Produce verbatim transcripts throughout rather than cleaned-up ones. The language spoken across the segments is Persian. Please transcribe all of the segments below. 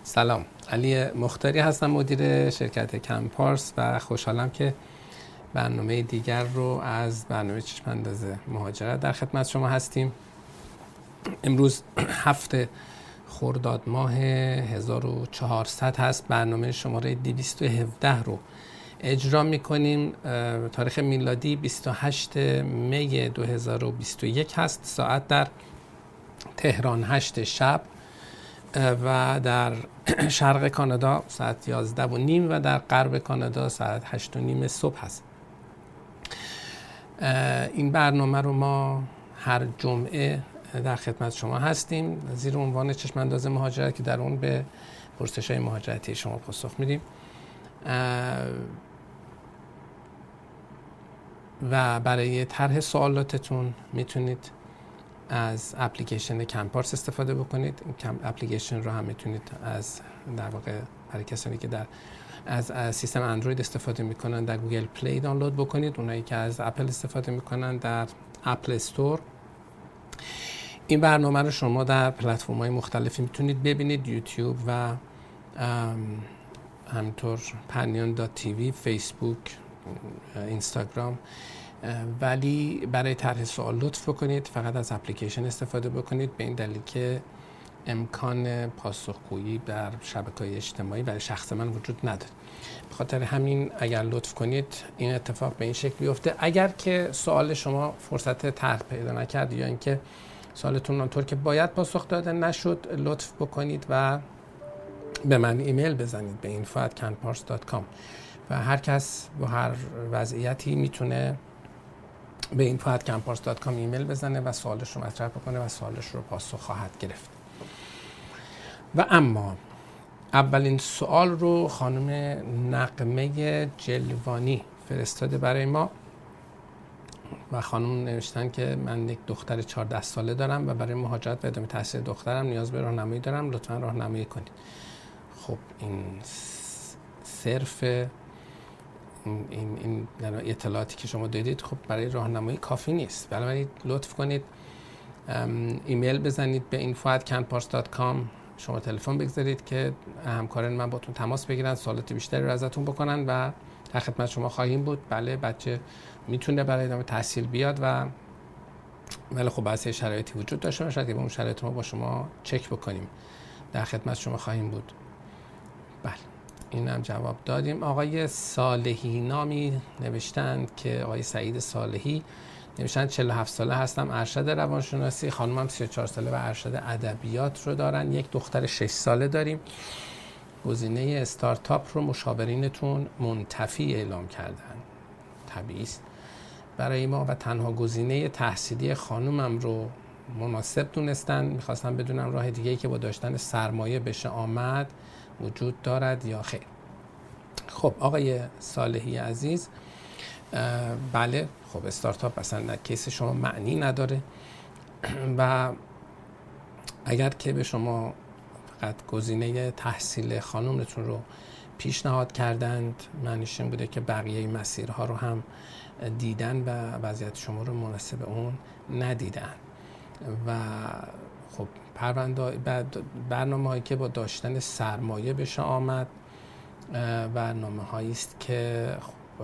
سلام، علی مختاری هستم، مدیر شرکت کمپارس و خوشحالم که برنامه دیگر رو از برنامه چشم انداز مهاجرت در خدمت شما هستیم. امروز هفته خرداد ماه هزار و چهارصد هست. برنامه شماره دویست و هفده رو اجرا میکنیم. تاریخ میلادی بیست و هشتم می دو هزار و بیست و یک هست. ساعت در تهران هشت شب و در شرق کانادا ساعت یازده و نیم و در غرب کانادا ساعت هشت و نیم صبح هست. این برنامه رو ما هر جمعه در خدمت شما هستیم زیر عنوان چشم انداز مهاجرت که در اون به پرسش‌های مهاجرتی شما پاسخ میدیم و برای طرح سوالاتتون میتونید از اپلیکیشن کمپارس استفاده بکنید. این اپلیکیشن رو هم میتونید از در واقع برای کسانی که در از, از سیستم اندروید استفاده میکنن در گوگل پلی دانلود بکنید. اونایی که از اپل استفاده میکنن در اپل استور. این برنامه رو شما در پلتفرم‌های مختلفی میتونید ببینید، یوتیوب و همینطور پنیون دات تیوی، فیسبوک، اینستاگرام. ولی برای طرح سوال لطف بکنید فقط از اپلیکیشن استفاده بکنید، به این دلیل که امکان پاسخگویی در شبکه‌های اجتماعی برای شخص من وجود نداره. به خاطر همین اگر لطف کنید این اتفاق به این شکل بیفته. اگر که سوال شما فرصت طرح پیدا نکرد یا اینکه سوالتون اونطور که باید پاسخ داده نشد، لطف بکنید و به من ایمیل بزنید به اینفو ات کنپارس دات کام و هر کس با هر وضعیتی میتونه به اینفو ات کنپارس دات کام ایمیل بزنه و سوالش رو مطرح بکنه و سوالش رو پاسخ خواهد گرفت. و اما اولین سوال رو خانم نغمه جلوانی فرستاده برای ما و خانم نوشتن که من یک دختر چهارده ساله دارم و برای مهاجرت و ادامه تحصیل دخترم نیاز به راهنمایی دارم، لطفاً راهنمایی کنید. خب این صرف این این اطلاعاتی که شما دادید خب برای راهنمایی کافی نیست. بنابراین لطف کنید ایمیل بزنید به اینفو ات کنپارس دات کام، شما تلفن بگذارید که همکاران من باتون تماس بگیرن، سوالات بیشتری رو ازتون بکنن و در خدمت شما خواهیم بود. بله، بچه میتونه برای ادامه تحصیل بیاد و ولی خب بعضی شرایطی وجود داشته باشه که با اون شرایط ما با شما چک بکنیم. در خدمت شما خواهیم بود. بله، این هم جواب دادیم. آقای صالحی نامی نوشتند که آقای سعید صالحی نوشتند چهل و هفت ساله هستم، ارشد روانشناسی، خانومم سی و چهار ساله و ارشد ادبیات رو دارن، یک دختر شش ساله داریم. گزینه استارتاپ رو مشاورینتون منتفی اعلام کردن. طبیعی است برای ما و تنها گزینه تحصیلی خانومم رو مناسب دونستن. میخواستم بدونم راه دیگه‌ای که با داشتن سرمایه بشه آمد وجود دارد یا خیر. خب آقای صالحی عزیز، بله، خب استارتاپ اصلا در کیس شما معنی نداره و اگر که به شما فقط گزینه تحصیل خانومتون رو پیشنهاد کردند، معنیش این بوده که بقیه مسیرها رو هم دیدن و وضعیت شما رو مناسب اون ندیدن و خب پرونده برنامه هایی که با داشتن سرمایه بشه آمد برنامه هایی است که خب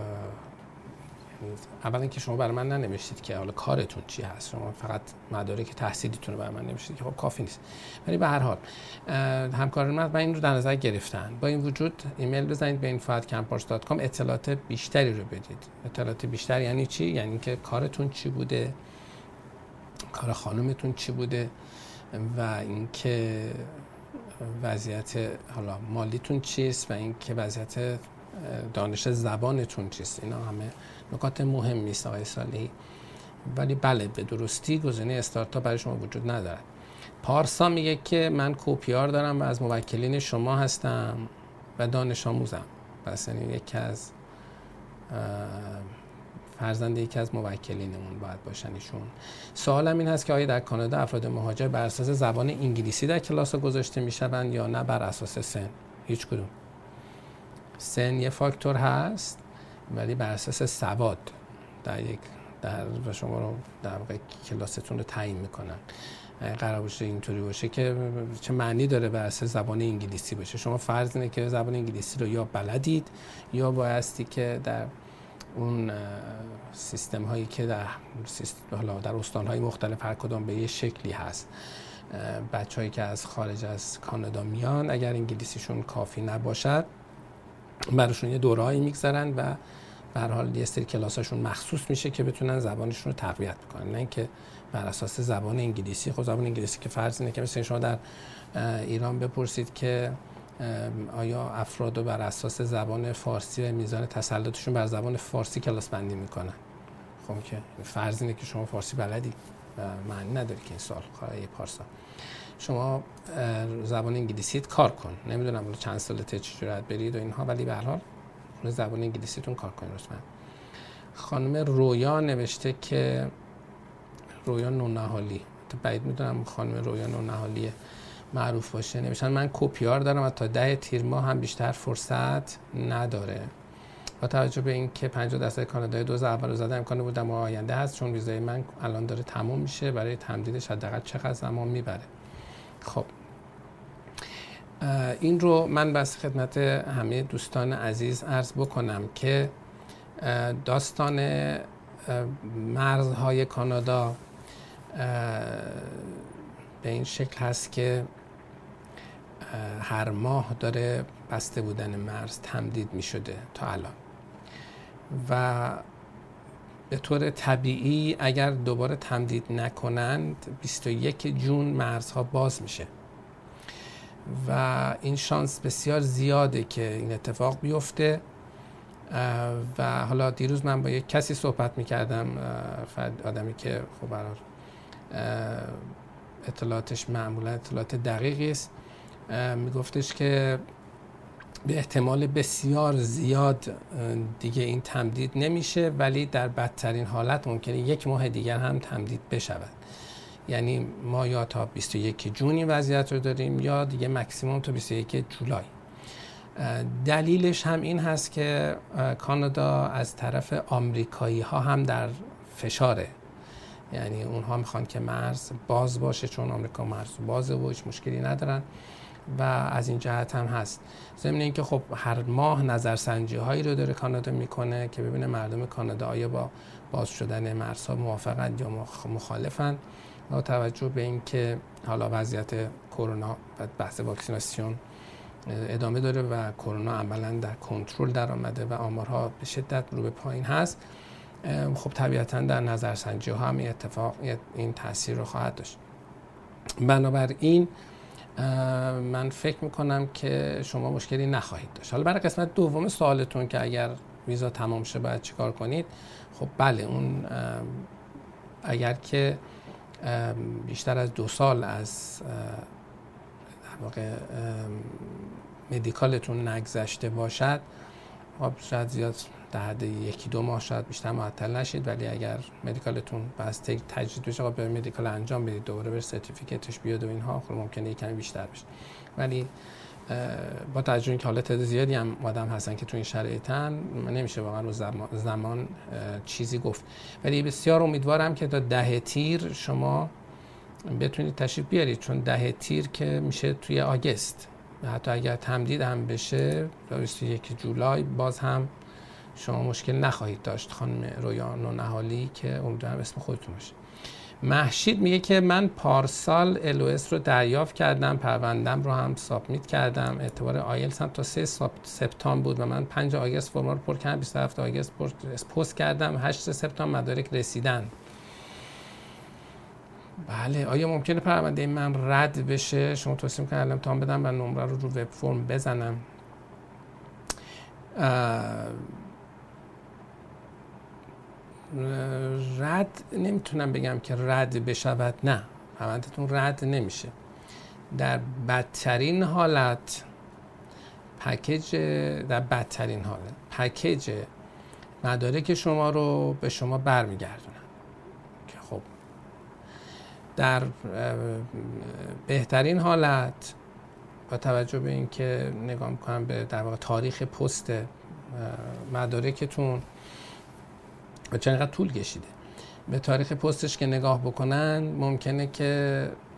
اولا که شما برای من ننوشتید که حالا کارتون چی هست، شما فقط مدارک تحصیلیتون رو برای من نوشتید که خب کافی نیست. ولی به هر حال همکاران من این رو در نظر گرفتن. با این وجود ایمیل بزنید به اینفو ات کنپارس دات کام، اطلاعات بیشتری رو بدید. اطلاعات بیشتر یعنی چی؟ یعنی که کارتون چی بوده، کار خانومتون چی بوده و اینکه وضعیت حالا مالیتون چیست و اینکه وضعیت دانش زبانتون چیست. اینا همه نکات مهمی است آقای صالحی. ولی بله، به درستی گزینه استارتاپ برای شما وجود ندارد. پارسا میگه که من کوپیار دارم و از موکلین شما هستم و دانش آموزم. پس یعنی یکی از فرزند یکی از موکلینمون باید باشن ایشون. سوالم این هست که آیا در کانادا افراد مهاجر بر اساس زبان انگلیسی در کلاس گذاشته میشوند یا نه بر اساس سن؟ هیچ کدوم. سن یه فاکتور هست ولی بر اساس سواد در یک در شما رو در واقع کلاستون رو تعیین میکنن قرار باشه اینطوری باشه که چه معنی داره بر اساس زبان انگلیسی باشه؟ شما فرض اینه که زبان انگلیسی رو یا بلدید یا بایستی که در اون سیستم هایی که در سیستم حالا در استان های مختلف هر کدام به یه شکلی هست، بچه‌هایی که از خارج از کانادا میان اگر انگلیسیشون کافی نباشد براشون یه دوره‌ای میگذارن و به هر حال یه سری کلاساشون مخصوص میشه که بتونن زبانشون رو تقویت بکنن، نه اینکه بر اساس زبان انگلیسی. خب زبان انگلیسی که فرض اینه که مثلا شما در ایران بپرسید که آیا افراد رو بر اساس زبان فارسی و میزان تسلطشون بر زبان فارسی کلاس بندی میکنن؟ خب که فرض اینه که شما فارسی بلدی و معنی نداره که این سوال خواهی پارسا شما زبان انگلیسیت کار کن. نمیدونم چند سالته چه جوری برید و اینها، ولی به هر حال زبان انگلیسیتون کار کنید لطفاً. خانم رویا نوشته که رویا نونهالی، تو بعید میدونم خانم رویا نونهالی معروف باشه، نوشتن من کوپیار دارم و تا ده تیر ماه هم بیشتر فرصت نداره. با توجه به اینکه پنجاه درصد کانادایی دوز اول رو زده امکان بودم آینده هست، چون ویزای من الان داره تموم میشه، برای تمدیدش حداقل چقدر زمان میبره؟ خب این رو من بس خدمت همه دوستان عزیز عرض بکنم که داستان مرزهای کانادا به این شکل هست که هر ماه داره بسته بودن مرز تمدید می شده تا الان و به طور طبیعی اگر دوباره تمدید نکنند بیست و یک جون مرزها باز میشه و این شانس بسیار زیاده که این اتفاق بیفته. و حالا دیروز من با یک کسی صحبت میکردم، آدمی که خب برای اطلاعاتش معمولا اطلاعات دقیقی است، میگفتش که به احتمال بسیار زیاد دیگه این تمدید نمیشه، ولی در بدترین حالت ممکنه یک ماه دیگر هم تمدید بشود. یعنی ما یا تا بیست و یک جون این وضعیت رو داریم یا دیگه مکسیموم تا بیست و یک جولای. دلیلش هم این هست که کانادا از طرف آمریکایی ها هم در فشاره، یعنی اونها میخوان که مرز باز باشه چون آمریکا مرز بازه و هیچ مشکلی ندارن و از این جهت هم هست. ضمن اینکه خب هر ماه نظرسنجی هایی رو داره کانادا میکنه که ببینه مردم کانادا آیا با باز شدن مرزها موافقن یا مخالفن. با توجه به اینکه حالا وضعیت کرونا و بحث واکسیناسیون ادامه داره و کرونا عملاً در کنترل در آمده و آمارها به شدت رو به پایین هست، خب طبیعتاً در نظرسنجی ها هم این اتفاق این تاثیر رو خواهد داشت. بنابراین من فکر میکنم که شما مشکلی نخواهید داشت. حالا برای قسمت دوم سوالتون که اگر ویزا تمام شه باید چیکار کنید، خب بله اون اگر که بیشتر از دو سال از در واقع مدیکالتون نگذشته باشد، خب شاید زیاد در حد یکی دو ماه شاید بیشتر معطل نشید، ولی اگر مدیکالتون بس تجدید بشه خب به مدیکال انجام بدید، دوباره بر سرتیفیکتش بیاد و اینها، خب ممکنه کمی بیشتر بشه. ولی با توجه اینکه حالا تعداد زیادی هم آدم هستن که تو این شرایطن، نمیشه واقعا رو زمان, زمان چیزی گفت، ولی بسیار امیدوارم که تا ده تیر شما بتونید تشریف بیارید، چون ده تیر که میشه توی آگست، حتی اگر تمدید هم بشه تا بیست و یک جولای باز هم شما مشکل نخواهید داشت. خانم رویا نونهالی که امیدوارم اسم خودتون باشه. محشید میگه که من پارسال ال او اس رو دریافت کردم، پروندم رو هم سابمیت کردم، اعتبار آیلتس هم تا سه سپتامبر بود و من پنج آگوست فرم رو پر کردم، بیست و هفت آگوست پست کردم، هشت سپتامبر مدارک رسیدن. بله، آیا ممکنه پرونده من رد بشه؟ شما توصیه میکنید الان امتحان بدم و نمره رو رو وب فرم بزنم. رد نمیتونم بگم که رد بشود، نه، پروندهتون رد نمیشه. در بدترین حالت پکیج در بدترین حالت پکیج مدارک شما رو به شما برمیگردونن که خب در بهترین حالت با توجه به اینکه نگاه میکنم به در واقع تاریخ پست مدارکتون و چقدر طول کشیده، به تاریخ پستش که نگاه بکنن ممکنه که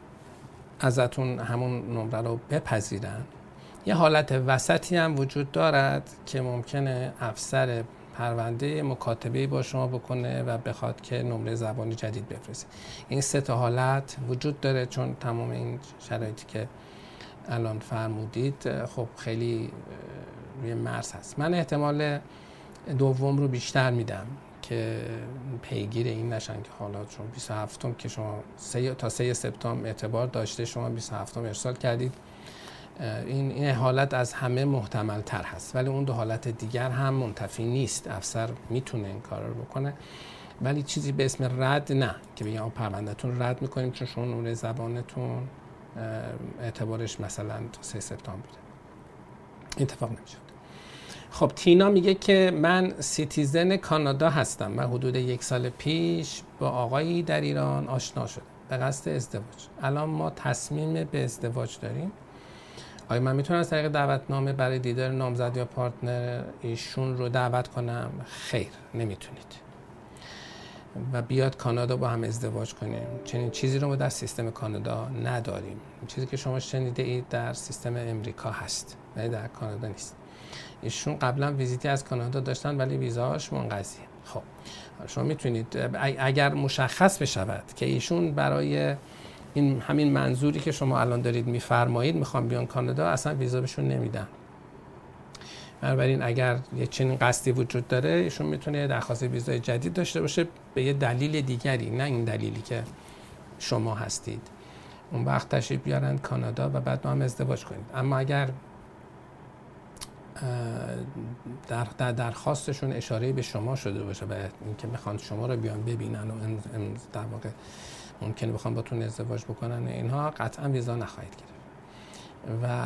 ازتون همون نمره رو بپذیرن. یه حالت وسطی هم وجود دارد که ممکنه افسر پرونده مکاتبه با شما بکنه و بخواد که نمره زبانی جدید بفرسته. این سه تا حالت وجود داره، چون تمام این شرایطی که الان فرمودید خب خیلی روی مرز هست. من احتمال دوم رو بیشتر میدم که پیگیر این نشن که حالا چون بیست و هفتم که شما سه تا سه سپتامبر اعتبار داشته، شما بیست و هفتم ارسال کردید، این این حالت از همه محتمل تر هست. ولی اون دو حالت دیگر هم منتفی نیست، افسر میتونه این کار رو بکنه، ولی چیزی به اسم رد نه که بگم پروندهتون رد میکنیم چون شما نمره زبانتون اعتبارش مثلا تا سه سپتامبر بوده. اتفاق نمیشه. خب تینا میگه که من سیتیزن کانادا هستم و حدود یک سال پیش با آقایی در ایران آشنا شدم به قصد ازدواج. الان ما تصمیم به ازدواج داریم. آیا من میتونم از طریق دعوتنامه برای دیدار نامزد یا پارتنر ایشون رو دعوت کنم؟ خیر، نمیتونید. و بیاد کانادا با هم ازدواج کنیم، چنین چیزی رو ما در سیستم کانادا نداریم. چیزی که شما شنیده اید در سیستم امریکا هست ولی در کانادا نیست. ایشون قبلا ویزیتی از کانادا داشتن ولی ویزاش منقضیه. خب شما میتونید اگر مشخص بشود که ایشون برای این همین منظوری که شما الان دارید میفرمایید میخوام بیان کانادا، اصلا ویزا بهشون نمیدن. بنابراین اگر یه چنین قصدی وجود داره، ایشون میتونه درخواست ویزای جدید داشته باشه به یه دلیل دیگری، نه این دلیلی که شما هستید. اون وقت تشریف بیارن کانادا و بعد با هم ازدواج کنید. اما اگر در در درخواستشون اشاره به شما شده باشه و اینکه میخوان شما رو بیان ببینن و در واقع ممکنه بخوام باتون ازدواج بکنن، اینها قطعا ویزا نخواهید گرفت. و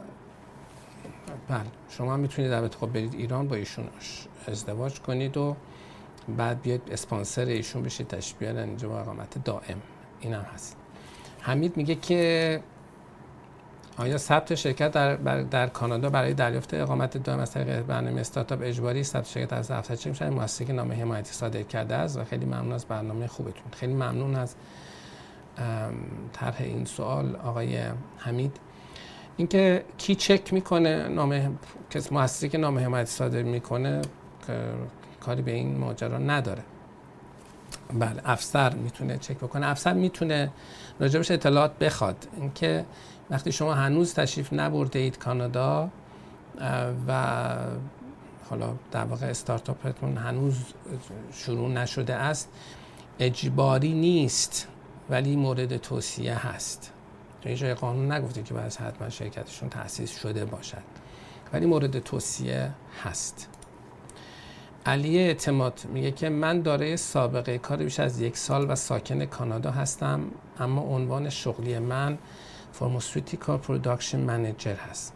بله شما میتونید البته خب برید ایران با ایشون ازدواج کنید و بعد بیاید اسپانسر ایشون بشید، تشریف بیارن اینجا با اقامت دائم. اینم هست. حمید میگه که آیا ثبت شرکت در در کانادا برای دریافت اقامت دائم از طریق برنامه استارتاپ اجباری ثبت شرکت از دفترچه میشه؟ مؤسسه‌ای که نامه حمایتی صادر کرده است و خیلی ممنون از برنامه خوبتون. خیلی ممنون از طرح این سوال آقای حمید. اینکه کی چک میکنه نامه، کس مؤسسه‌ای که نامه حمایتی صادر میکنه کاری به این ماجرا نداره. بله افسر میتونه چک بکنه. افسر میتونه راجبش اطلاعات بخواد. اینکه وقتی شما هنوز تشریف نبرده اید کانادا و حالا در واقع استارتاپتون هنوز شروع نشده است، اجباری نیست ولی مورد توصیه هست. چون اینجا قانون نگفته که باید حتما شرکتشون تأسیس شده باشد، ولی مورد توصیه هست. علی اعتماد میگه که من دارای سابقه کار بیش از یک سال و ساکن کانادا هستم، اما عنوان شغلی من فارماسیوتیکال پروداکشن منیجر هست.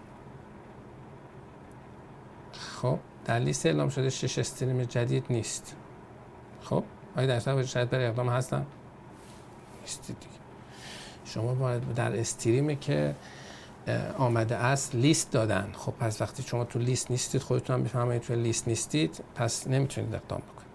خب در لیست اعلام شده شش استریم جدید نیست. خب آیا در صورت شاید برای اقدام هستن؟ نیستید دیگه. شما باید در استریمی که آمده است لیست دادن. خب پس وقتی شما تو لیست نیستید، خودتون هم بفهمید تو لیست نیستید، پس نمیتونید اقدام بکنید.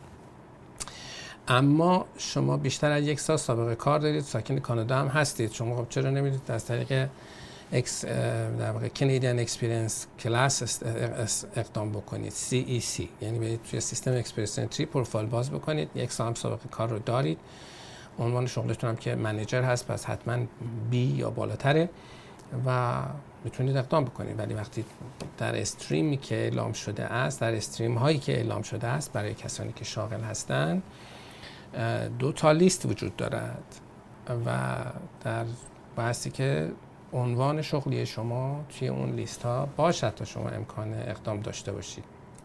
اما شما بیشتر از یک سال سابقه کار دارید، ساکن کانادا هم هستید. شما خب چرا نمیدید از طریق اکس در واقع Canadian Experience Class اقدام بکنید، سی ای سی، یعنی برید توی سیستم Experience Entry پروفایل باز بکنید، یک سال هم سابقه کار رو دارید، عنوان شغلتون هم که منیجر هست، پس حتما بی یا بالاتره و میتونید اقدام بکنید. ولی وقتی در استریمی که اعلام شده است، در استریم هایی که اعلام شده است برای کسانی که شاغل هستند، دو تا لیست وجود دارد و در بحثی که عنوان شغلی شما توی اون لیست ها باشد تا شما امکان اقدام داشته باشید.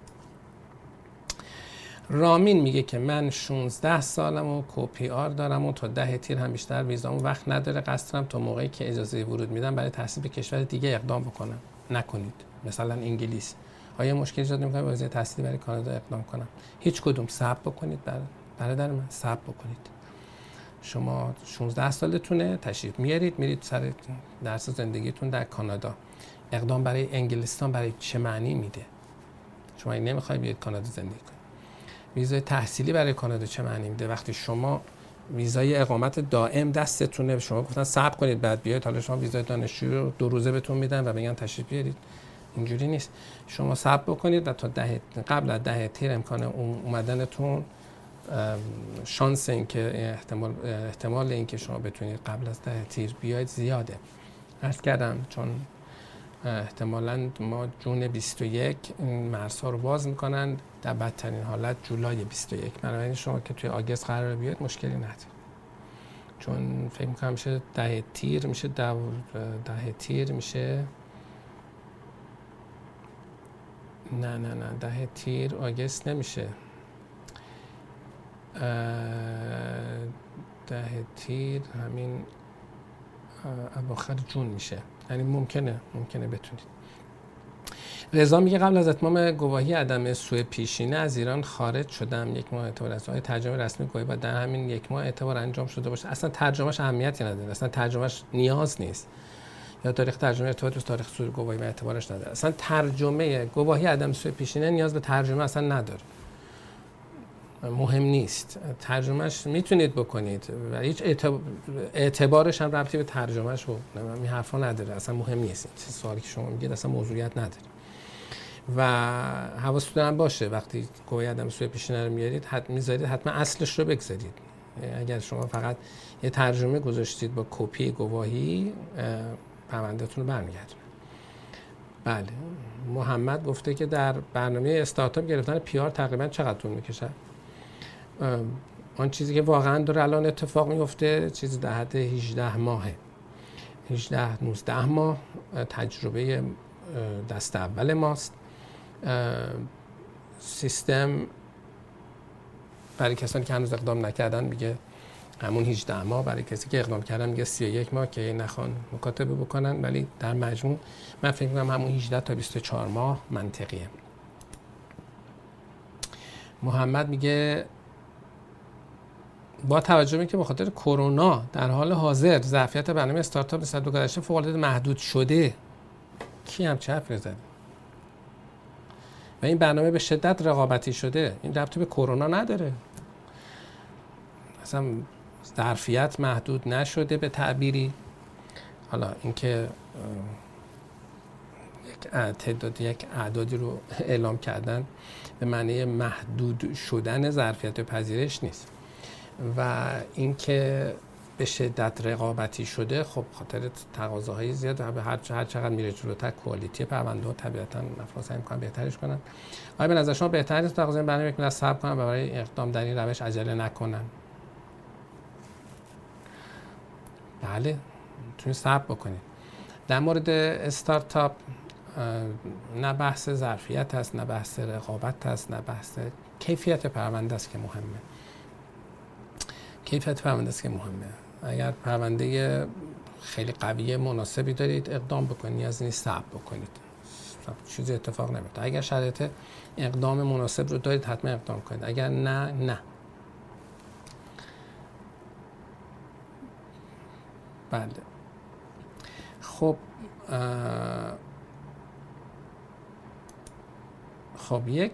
رامین میگه که من شانزده سالم و کوپی آر دارم و تا ده تیر هم بیشتر ویزامون وقت نداره، قصد دارم تا موقعی که اجازه ورود میدم برای تحصیل به کشور دیگه اقدام بکنم. نکنید. مثلا انگلیس. آیا مشکلی ایجاد نمی‌کنه با ویزای تحصیلی برای کانادا اقدام کنم؟ هیچ کدوم. صبر بکنید برادر من، صبر بکنید. شما شانزده سالتونه، تشریف میارید میرید سر درس زندگیتون در کانادا. اقدام برای انگلستان برای چه معنی میده؟ شما نمیخواید بیاید کانادا زندگی کنید. ویزای تحصیلی برای کانادا چه معنی میده وقتی شما ویزای اقامت دائم دستتونه، شما گفتن صبر کنید بعد بیاید، حالا شما ویزای دانشجو رو دو روزه بهتون میدن و بگن تشریف بیارید. اینجوری نیست. شما صبر بکنید و تا ده قبل از ده تیر امکان اومدنتون، شانس این که احتمال احتمال این که شما بتونید قبل از ده تیر بیاید زیاده. عرض کردم چون احتمالاً ما جون بیست و یک این مرزها رو باز میکنن، در بدترین حالت جولای بیست و یک. بنابراین شما که توی آگست قرار بیاید مشکلی نداره، چون فکر میکنم میشه ده تیر میشه ده, ده تیر میشه نه نه نه ده تیر آگست نمیشه، ده تیر همین اواخر جون میشه، یعنی ممکنه ممکنه بتونید. رضا میگه قبل از اتمام گواهی عدم سوء پیشینه از ایران خارج شدم، یک ماه اعتبار است. آیا ترجمه رسمی گواهی باید در همین یک ماه اعتبار انجام شده باشه؟ اصلا ترجمهش اهمیتی نداره، اصلا ترجمهش نیاز نیست، یا تاریخ ترجمه ارتباط با تاریخ صدور گواهی و اعتبارش نداره. اصلا ترجمه گواهی عدم سوء پیشینه نیاز به ترجمه اصلا نداره، مهم نیست. ترجمهش میتونید بکنید و هیچ اعتبارش هم ربطی به ترجمهش و این حرفا نداره، اصلا مهم نیست. سوالی که شما میگید اصلا موضوعیت نداره. و حواستون هم باشه وقتی گواهی عدم سوء پیشینه رو میارید حتما میذارید حتما اصلش رو بگذارید. اگر شما فقط یه ترجمه گذاشتید با کپی گواهی، پروندهتون رو برمیگردونه. بله، محمد گفته که در برنامه استارتاپ گرفتن پی آر تقریبا چقدر طول میکشه؟ آن چیزی که واقعا داره الان اتفاق میفته چیزی در حد هجده ماهه، هجده نوزده ماه تجربه دست اول ماست. سیستم برای کسانی که هنوز اقدام نکردن میگه همون هجده ماه، برای کسی که اقدام کردن میگه سی و یک ماه که نخوان مکاتبه بکنن، ولی در مجموع من فکر میکنم همون هجده تا بیست و چهار ماه منطقیه. محمد میگه با توجه به که به خاطر کرونا در حال حاضر ظرفیت برنامه استارتاپ نسبت به گذشته فوق العاده محدود شده، کی هم چه حرفی زده؟ و این برنامه به شدت رقابتی شده، این ربطی به کرونا نداره. اصلا ظرفیت محدود نشده به تعبیری. حالا اینکه یک تعداد یک اعدادی رو اعلام کردن به معنی محدود شدن ظرفیت پذیرش نیست. و اینکه به شدت رقابتی شده، خب خاطر تقاضاهای زیاد و هر هر چقدر میره جلوتر کوالیتی پرونده ها طبیعتاً افراد سعی می‌کنن بهترش کنن. آیا به نظر شما بهتر نیست تقاضای برنامه یک مقدار صبر کنن و برای اقدام در این روش عجله نکنن؟ بله، میتونید صبر بکنید. در مورد استارتاپ نه بحث ظرفیت هست، نه بحث رقابت هست، نه بحث کیفیت پرونده است که مهمه. کیفیت پرونده است که مهمه. اگر پرونده خیلی قوی مناسبی دارید اقدام بکنید، نیاز نیست صبر بکنید، چیزی اتفاق نمیفته. اگر شرایط اقدام مناسب رو دارید حتما اقدام کنید، اگر نه نه. بله. خب خب یک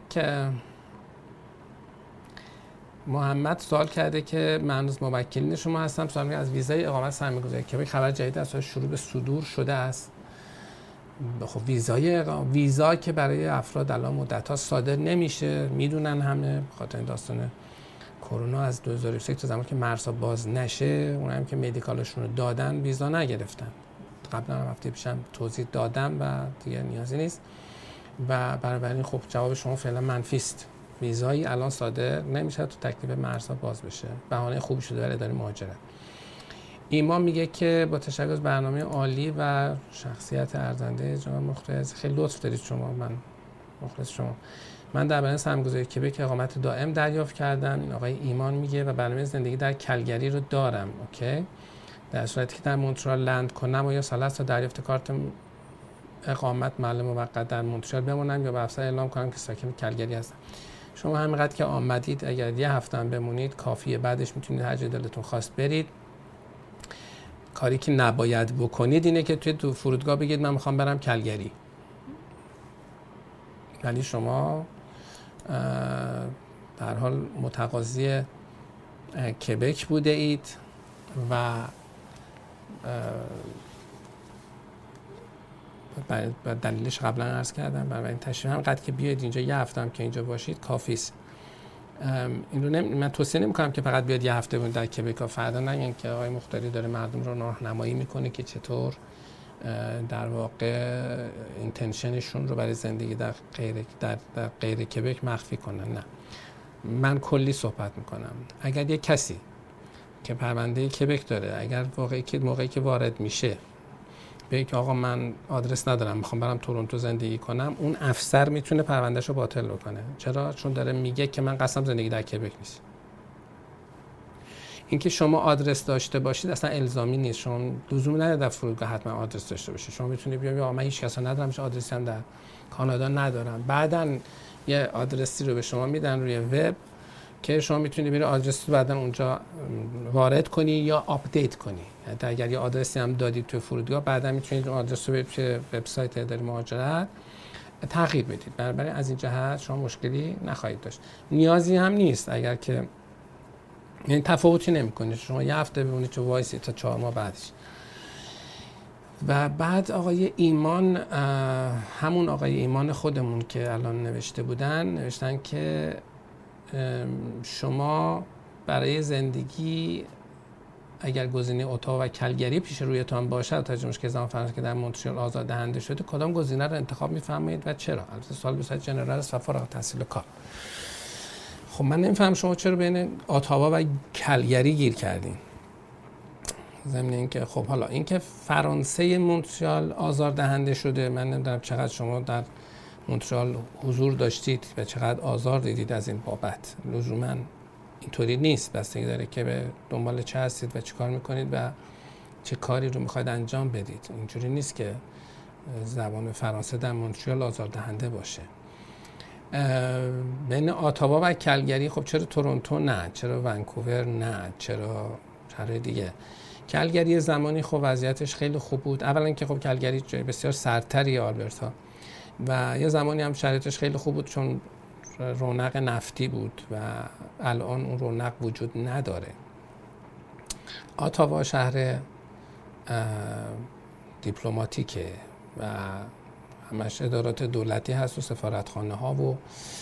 محمد سوال کرده که من هنوز موکلین شما هستم، سوال می‌کنم از ویزای اقامت سرمایه‌گذاری که خبر جدید است شروع به صدور شده است. خب ویزای اقامت ویزا که برای افراد الان مدت‌ها صادر نمیشه، میدونن همه، به خاطر این داستان کرونا از دو هزار و بیست و یک تا زمانی که مرزها باز نشه، اونایی هم که مدیکالشون رو دادن ویزا نگرفتن. قبلا هم هفته پیشم توضیح دادم و دیگه نیازی نیست. و بنابراین خب جواب شما فعلا منفی است. ویزایی الان صادر نمیشه تا تکلیف مرزها باز بشه. بهانه خوبی شده برای اداره مهاجرت. ایمان میگه که با تشکر از برنامه عالی و شخصیت ارزنده جناب مختص، خیلی لطف دارید شما، من مخلص شما. من در برنامه سرمایه‌گذاری کبک اقامت دائم دریافت کردم. این آقای ایمان میگه و برنامه زندگی در کلگری رو دارم. اوکی. در صورتی که در مونترال لند کنم و یا سالس تا دریافت کارت اقامت محل موقت در مونترال بمونم یا به افسر اعلام کنم که ساکن کلگری هستم. شما همینقدر که آمدید، اگر یه هفته هم بمونید کافیه، بعدش میتونید هر جای دلتون خواست برید. کاری که نباید بکنید اینه که توی تو فرودگاه بگید من میخوام برم کلگری. ولی شما در حال متقاضی کبک بوده اید و برای دلیلش قبلا عرض کردم، برای این تشریح هم قد که بیاید اینجا یه هفته هم که اینجا باشید کافی است. این رو نمی... من توصیه نمی‌کنم که فقط بیاد یه هفته بود در کبک، فردا نگین که آقای مختاری داره مردم رو راهنمایی میکنه که چطور در واقع اینتنشنشون رو برای زندگی در غیر در, در غیر کبک مخفی کنن. نه، من کلی صحبت میکنم. اگر یه کسی که پرونده کبک داره، اگر واقعی که موقعی که وارد میشه بگه که آقا من آدرس ندارم میخوام برم تورنتو زندگی کنم، اون افسر میتونه پروندهشو باطل بکنه. چرا؟ چون داره میگه که من قصدم زندگی در کبک نیست. اینکه شما آدرس داشته باشید اصلا الزامی نیست. شما لزومی نداره در فرودگاه حتما آدرس داشته باشید. شما میتونید بیاید آقا من هیچ کسا ندارم، هیچ آدرسی هم در کانادا ندارم. بعدن یه آدرسی رو به شما میدن روی وب که شما میتونی بری آدرس رو بعدن اونجا وارد کنی یا آپدیت کنی. یعنی اگر یه آدرسی هم دادید تو فرودگاه بعدا میتونید اون آدرس رو به وبسایت اداره مهاجرت تغییر بدید. بنابراین از این جهت شما مشکلی نخواهید داشت. نیازی هم نیست اگر که یعنی تفاوتی نمی‌کنه شما یه هفته بمونید چه وایسی تا چهار ماه بعدش. و بعد آقای ایمان، همون آقای ایمان خودمون که الان نوشته بودن، نوشتن که شما برای زندگی اگر گزینه اتاوا و کلگری پیش رویتان باشد تا مشکل زمان فرانسه که در مونترال آزاد دهنده شده، کدام گزینه رو انتخاب می‌فرمایید و چرا؟ البته سوال به صورت جنرال است و فارغ التحصیل کار. خب من نمی‌فهمم شما چرا بین اتاوا و کلگری گیر کردین. ضمن اینکه خب حالا اینکه فرانسه مونترال آزار دهنده شده، من نمیدونم چقدر شما در مونترال حضور داشتید و چقدر آزار دیدید از این بابت. لزوما اینطوری نیست، بستگی داره که به دنبال چه هستید و چه کار میکنید و چه کاری رو میخواید انجام بدید. اینجوری نیست که زبان فرانسه در مونترال آزار دهنده باشه. بین اتاوا و کلگری، خب چرا تورنتو نه؟ چرا ونکوور نه؟ چرا شهر دیگه؟ کلگری زمانی خب وضعیتش خیلی خوب بود. اولا که خب کلگری جای بسیار سردتری آلبرتا و یه زمانی هم شرایطش خیلی خوب بود چون رونق نفتی بود و الان اون رونق وجود نداره. اتاوا شهر دیپلماتیکه و همش ادارات دولتی هست و سفارتخانه ها و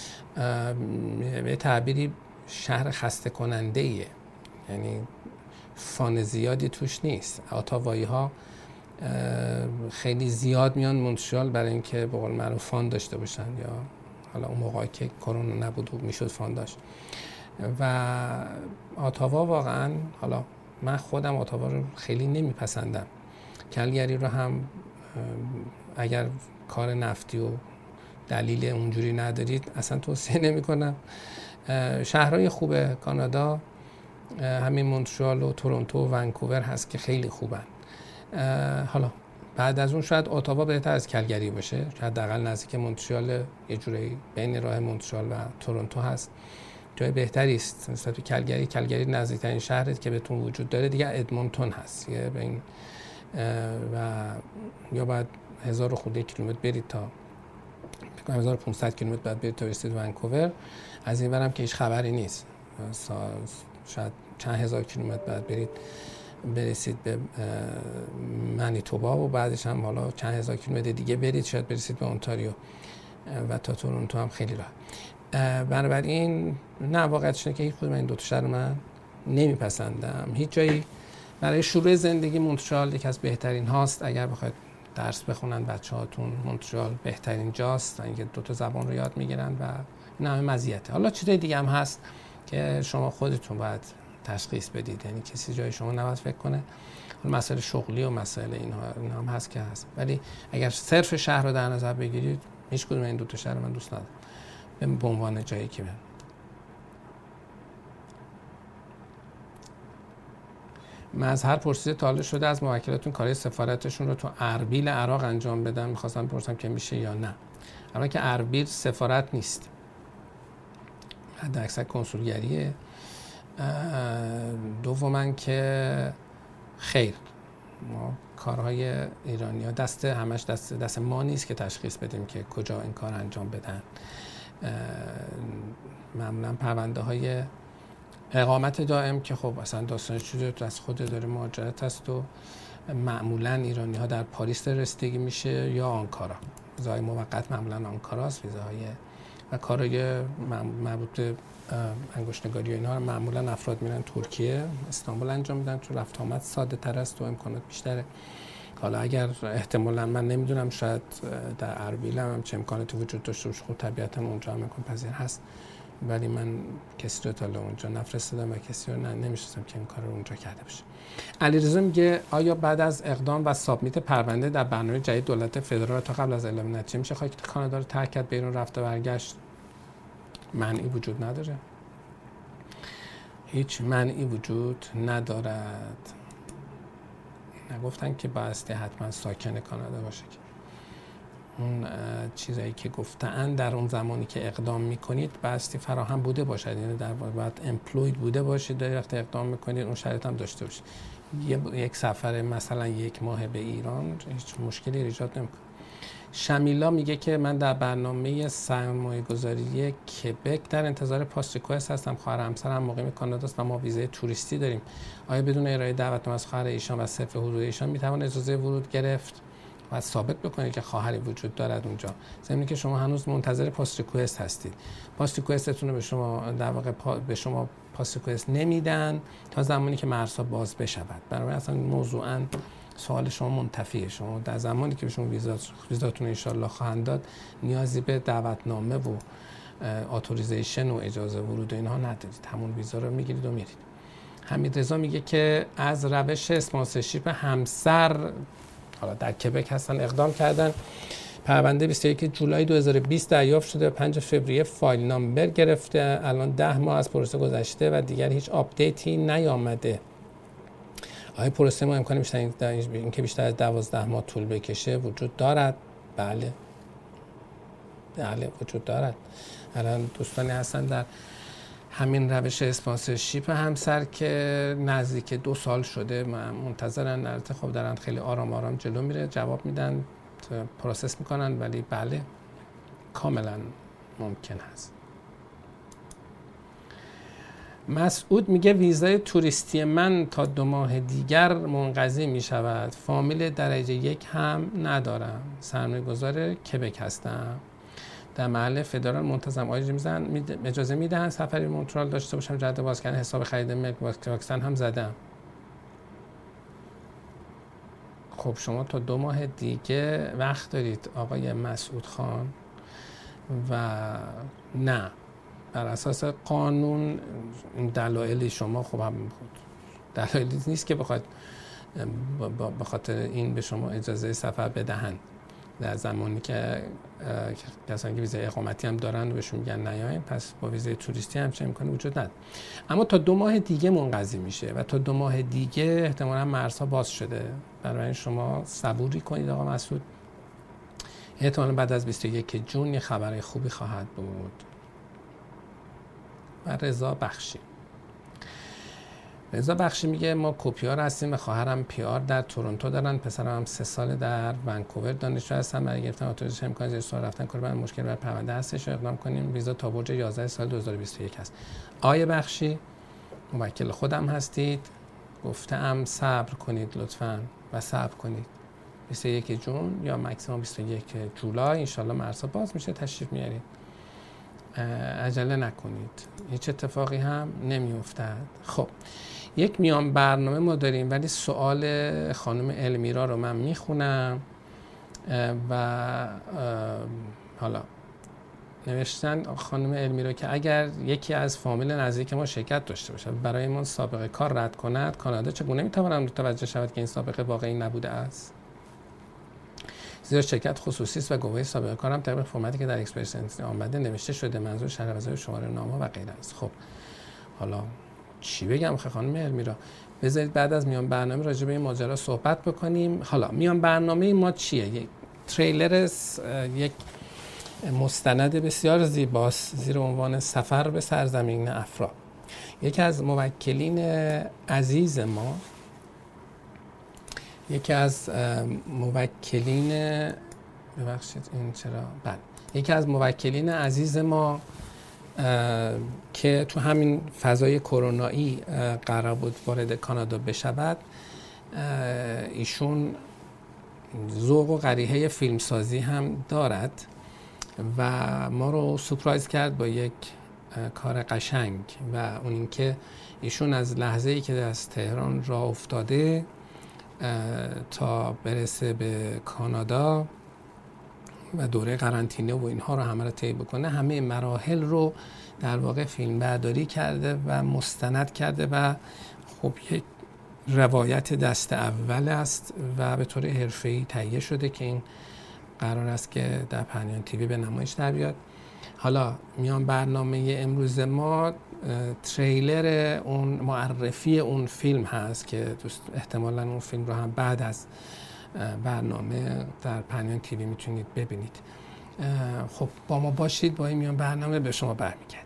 به تعبیری شهر خسته کننده ایه. یعنی فان زیادی توش نیست. اتاوایی ها خیلی زیاد میان مونترال برای اینکه به قول معروف فان داشته باشن، یا حالا اون موقعی که کرونا نبود و میشد فان داشت. و اتاوا واقعا، حالا من خودم اتاوا رو خیلی نمیپسندم. کلگری رو هم اگر کار نفتی و دلیل اونجوری ندارید اصلا توصیه نمی کنم. شهرهای خوب کانادا همین مونترال و تورنتو و ونکوور هست که خیلی خوبن. حالا بعد از اون شاید اتاوا بهتر از کلگری باشه، حداقل نزدیک مونترال، یه جوری بین راه مونترال و تورنتو هست، جای بهتری است نسبت به کلگری. کلگری نزدیکترین شهری که بهتون وجود داره دیگه ادمونتون هست، یه بین و یا بعد هزار خورده کیلومتر برید تا بکنم هزار و پانصد کیلومتر بعد برید تا برسید ونکوور. از این برم که هیچ خبری نیست، شاید چند هزار کیلومتر بعد برید برسید به منیتوبا و بعدش هم حالا چند هزار کیلومتر دیگه برید شاید برسید به اونتاریو و تا تورنتو هم خیلی راه. بنابراین نه، واقعیتش اینه که هیچ کدوم این دو تا شهر من نمیپسندم. هیچ جایی برای شروع زندگی مونترال یکی از بهترین هاست. اگر بخواید درس بخونن بچه‌هاتون، مونترال بهترین جاست. اینکه دو تا زبان رو یاد میگیرن و این همه مزیته. حالا چیزای دیگه هم هست که شما خودتون باید تشخیص بدید، یعنی کسی جای شما نباید فکر کنه. مسائل شغلی و مسائل اینها اینا هم هست که هست، ولی اگر صرف شهر رو در نظر بگیرید هیچ کدوم این دو تا شهر من دوست ندارم به عنوان جایی که من. مظهر پرسیده تا شده از موکلاتون کارهای سفارتشون رو تو اربیل عراق انجام بدن، می‌خواستم بپرسم که میشه یا نه. اما که اربیل سفارت نیست، حداکثر کنسولگریه. دوماً که خیر، ما کارهای ایرانی‌ها دست همش دست دست ما نیست که تشخیص بدیم که کجا این کار انجام بدن. معمولاً پرونده های اقامت دائم که خب اصلا داستانش شده تو از خود داره مهاجرت است و معمولا ایرانی ها در پاریس رسیدگی میشه یا آنکارا. ویزای موقت معمولا آنکاراست. ویزاهای و کارهای مربوط به انگشت‌نگاری و اینها رو معمولا افراد میرن ترکیه، استانبول انجام میدن، تو رفت آمد ساده تر است و امکانات بیشتره. حالا اگر احتمالاً من نمیدونم شاید در اربیل هم چه امکاناتی وجود داشته باشه، خب طبیعتاً اونجا هم امکان پذیر هست، ولی من کسی رو تا اونجا نفرستادم و کسی رو نمیشناسم که این کار رو اونجا کرده باشه. علیرضا میگه آیا بعد از اقدام و سابمیت پرونده در برنامه جدید دولت فدرال تا قبل از اعلام نتیجه میشه خواهی که کانادا رو ترک کرد، بیرون رفت و برگشت؟ معنی وجود نداره، هیچ معنی وجود ندارد. نگفتن که بایستی حتما ساکن کانادا باشه که اون چیزایی که گفتن در اون زمانی که اقدام میکنید بایستی فراهم بوده باشد، یعنی در واقع امپلوید بوده باشید در وقت اقدام میکنید، اون شرایط هم داشته باشید. یک سفر مثلا یک ماه به ایران هیچ مشکلی ایجاد نمیکنه. شمیلا میگه که من در برنامه سرمایه گذاری کبک در انتظار پاس ریکوست هستم. خواهر همسرم مقیم کاناداست و ما ویزای توریستی داریم. آیا بدون ارائه دعوتنامه از خواهر ایشان و صرف حضور ایشان میتوان اجازه ورود گرفت؟ و ثابت بکنید که خواهری وجود دارد اونجا، ضمن که شما هنوز منتظر پاس ریکوست هستید. پاس ریکوستتون رو به شما در واقع به شما پاس ریکوست نمیدن تا زمانی که مرزها باز بشود. برای اصلا موضوعاً سوال شما منتفیه. شما در زمانی که به شما ویزا ویزاتون ان شاء الله خواهند داد نیازی به دعوتنامه و اتوریزیشن و اجازه ورود و اینها ندارید، همون ویزا رو میگیرید و میرید. حمیدرضا میگه که از روش اسپانسرشیپ همسر حالا در کبک هستن اقدام کردن. پرونده بیست و یک جولای دو هزار و بیست دریافت شده، پنج فوریه فایل نامبر گرفته، الان ده ماه از پروسه گذشته و دیگر هیچ آپدیتی نیامده. آیا پروسه ما امکان بیشتر این که بیشتر از دوازده ماه طول بکشه وجود دارد؟ بله بله وجود دارد. الان دوستانی هستن در همین روش اسپانسرشیپ همسر که نزدیک دو سال شده منتظرن. البته خب دارن خیلی آرام آرام جلو میره، جواب میدن، پروسس میکنن، ولی بله کاملا ممکن هست. مسعود میگه ویزای توریستی من تا دو ماه دیگر منقضی میشود، فامیل درجه یک هم ندارم، سرمایه گذار کبک هستم، در محل فدرال منتظم آیجی میزن اجازه میدن سفری مونترال داشته باشم، جهت باز کردن حساب خرید ملک واکسن هم زدم. خب شما تا دو ماه دیگه وقت دارید آقای مسعود خان و نه بر اساس قانون دلایل شما خب هم دلایلی نیست که بخواد به خاطر این به شما اجازه سفر بدهند. در زمانی که کسانی که ویزای اقامتی هم دارن و بهشون میگن نیاین، پس با ویزای توریستی هم چه امکانی وجود نداره. اما تا دو ماه دیگه منقضی میشه و تا دو ماه دیگه احتمالاً مرزها باز شده. برای شما صبوری کنید آقا مسعود، احتمالاً بعد از بیست و یک جون یه خبر خوبی خواهد بود. و رضا بخشی رضا بخشی میگه ما کوپیار هستیم و خواهرم پیار در تورنتو دارن، پسرم هم سه سال در ونکوور دانشجو هستن. برای گرفتن اتوریزیشن امکان زیر سوال رفتن کار برای مشکل بر پرونده هستش و اقدام کنیم. ویزا تا برج یازده سال دو هزار و بیست و یک هست. آیه بخشی موکل خودم هستید، گفتم صبر کنید لطفاً و صبر کنید. بیست و یک جون یا ماکسیمم بیست و یک جولای ان شاء الله مرزها باز میشه، تشریف میارید. عجله نکنید، هیچ اتفاقی هم نمیافتد. خب یک میان برنامه ما داریم، ولی سوال خانم المیرا رو من میخونم و حالا نوشتن خانم المیرا که اگر یکی از فامیل نزدیک ما شرکت داشته باشد برای ما سابقه کار رد کند، کانادا چگونه میتوانم متوجه شود که این سابقه واقعی نبوده است؟ زیرا شرکت خصوصی است و گواهی سابقه کارم طبق فرمتی که در اکسپرس آمده نوشته شده، منظور شرح وظایف شماره نامه و غیره است. خب حالا چی بگم خانم المیرا؟ بذارید بعد از میان برنامه راجع به این ماجرا صحبت بکنیم. حالا میان برنامه ما چیه؟ یک تریلر، یک مستند بسیار زیباست زیر عنوان سفر به سرزمین افرا. یکی از موکلین عزیز ما یکی از موکلین ببخشید این چرا بله یکی از موکلین عزیز ما که تو همین فضای کرونایی قرار بود وارد کانادا بشود، ایشون ذوق و قریحه فیلمسازی هم دارد و ما رو سورپرایز کرد با یک کار قشنگ و اون اینکه ایشون از لحظه‌ای که از تهران راه افتاده تا برسه به کانادا و دوره قرنطینه و اینها رو همه رو طی بکنه، همه مراحل رو در واقع فیلم برداری کرده و مستند کرده و خب یک روایت دست اول است و به طور حرفه‌ای تهیه شده که این قرار است که در پرنیان تیوی به نمایش در بیاد. حالا میان برنامه امروز ما تریلر اون معرفی اون فیلم هست که دوست احتمالاً اون فیلم رو هم بعد از برنامه در پرنیان تیوی میتونید ببینید. خب با ما باشید، با این میان برنامه به شما برمیگردیم.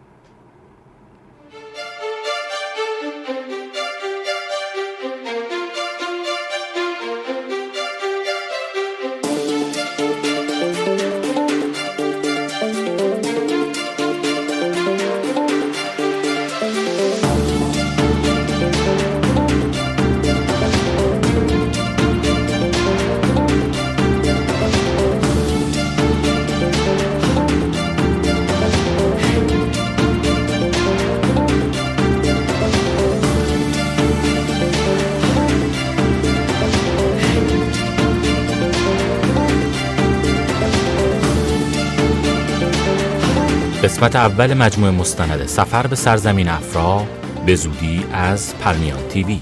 قسمت اول مجموعه مستند سفر به سرزمین افرا به زودی از پرنیان تیوی.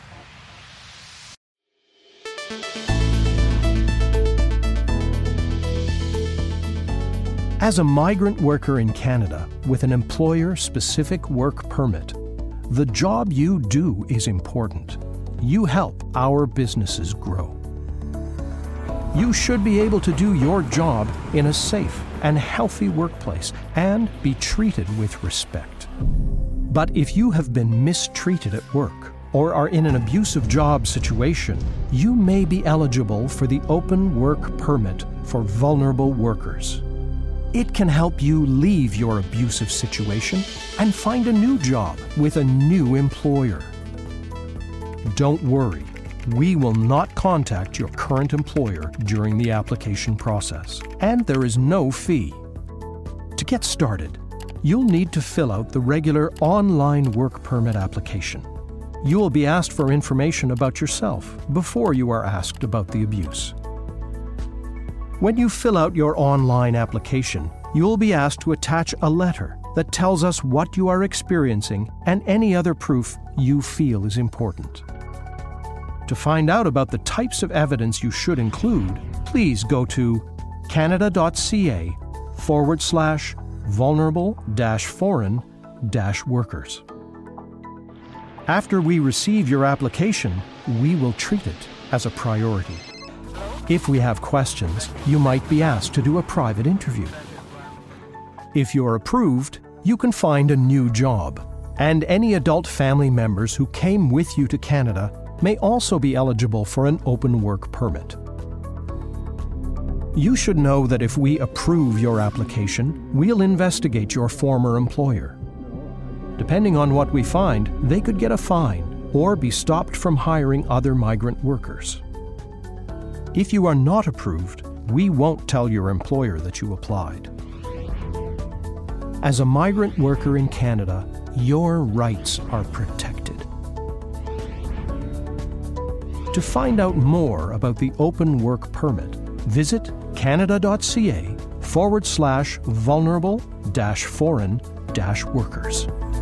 As a migrant worker in Canada with an employer-specific work permit, the job you do is important. You help our businesses grow. You should be able to do your job in a safe and healthy workplace and be treated with respect. But if you have been mistreated at work or are in an abusive job situation, you may be eligible for the Open Work Permit for Vulnerable Workers. It can help you leave your abusive situation and find a new job with a new employer. Don't worry. We will not contact your current employer during the application process, and there is no fee. To get started, you'll need to fill out the regular online work permit application. You will be asked for information about yourself before you are asked about the abuse. When you fill out your online application, you will be asked to attach a letter that tells us what you are experiencing and any other proof you feel is important. To find out about the types of evidence you should include, please go to canada.ca forward slash vulnerable dash foreign dash workers. After we receive your application, we will treat it as a priority. If we have questions, you might be asked to do a private interview. If you're approved, you can find a new job, and any adult family members who came with you to Canada may also be eligible for an open work permit. You should know that if we approve your application, we'll investigate your former employer. Depending on what we find, they could get a fine or be stopped from hiring other migrant workers. If you are not approved, we won't tell your employer that you applied. As a migrant worker in Canada, your rights are protected. To find out more about the Open Work Permit, visit canada.ca forward slash vulnerable dash foreign dash workers.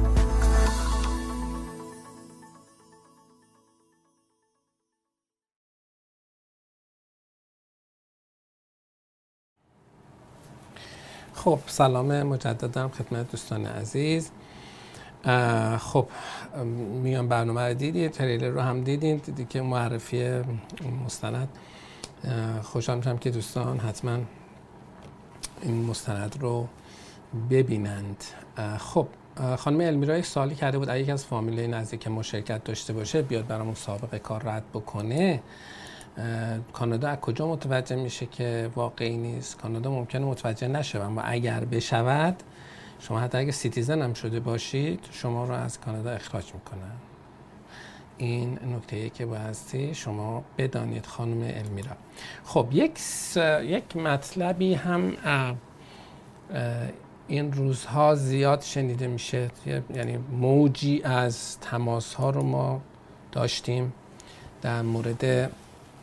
خب سلام مجددا خدمت دوستان عزیز. خب میان برنامه رو دیدید، تریلر رو هم دیدید، دیدید که معرفی مستند. خوشحال میشم که دوستان حتما این مستند رو ببینند. خب خانم المیرا یک سوالی کرده بود اگه یک از فامیلای نزدیک ما شرکت داشته باشه بیاد برامون سابقه کار رد بکنه، کانادا از کجا متوجه میشه که واقعی نیست؟ کانادا ممکنه متوجه نشه، اما اگر بشود شما حتی اگه سیتیزن هم شده باشید شما رو از کانادا اخراج میکنن. این نکته‌ای که بایستی شما بدانید خانم المیرا. خب یک س... یک مطلبی هم اه... اه... این روزها زیاد شنیده میشه، یعنی موجی از تماس ها رو ما داشتیم در مورد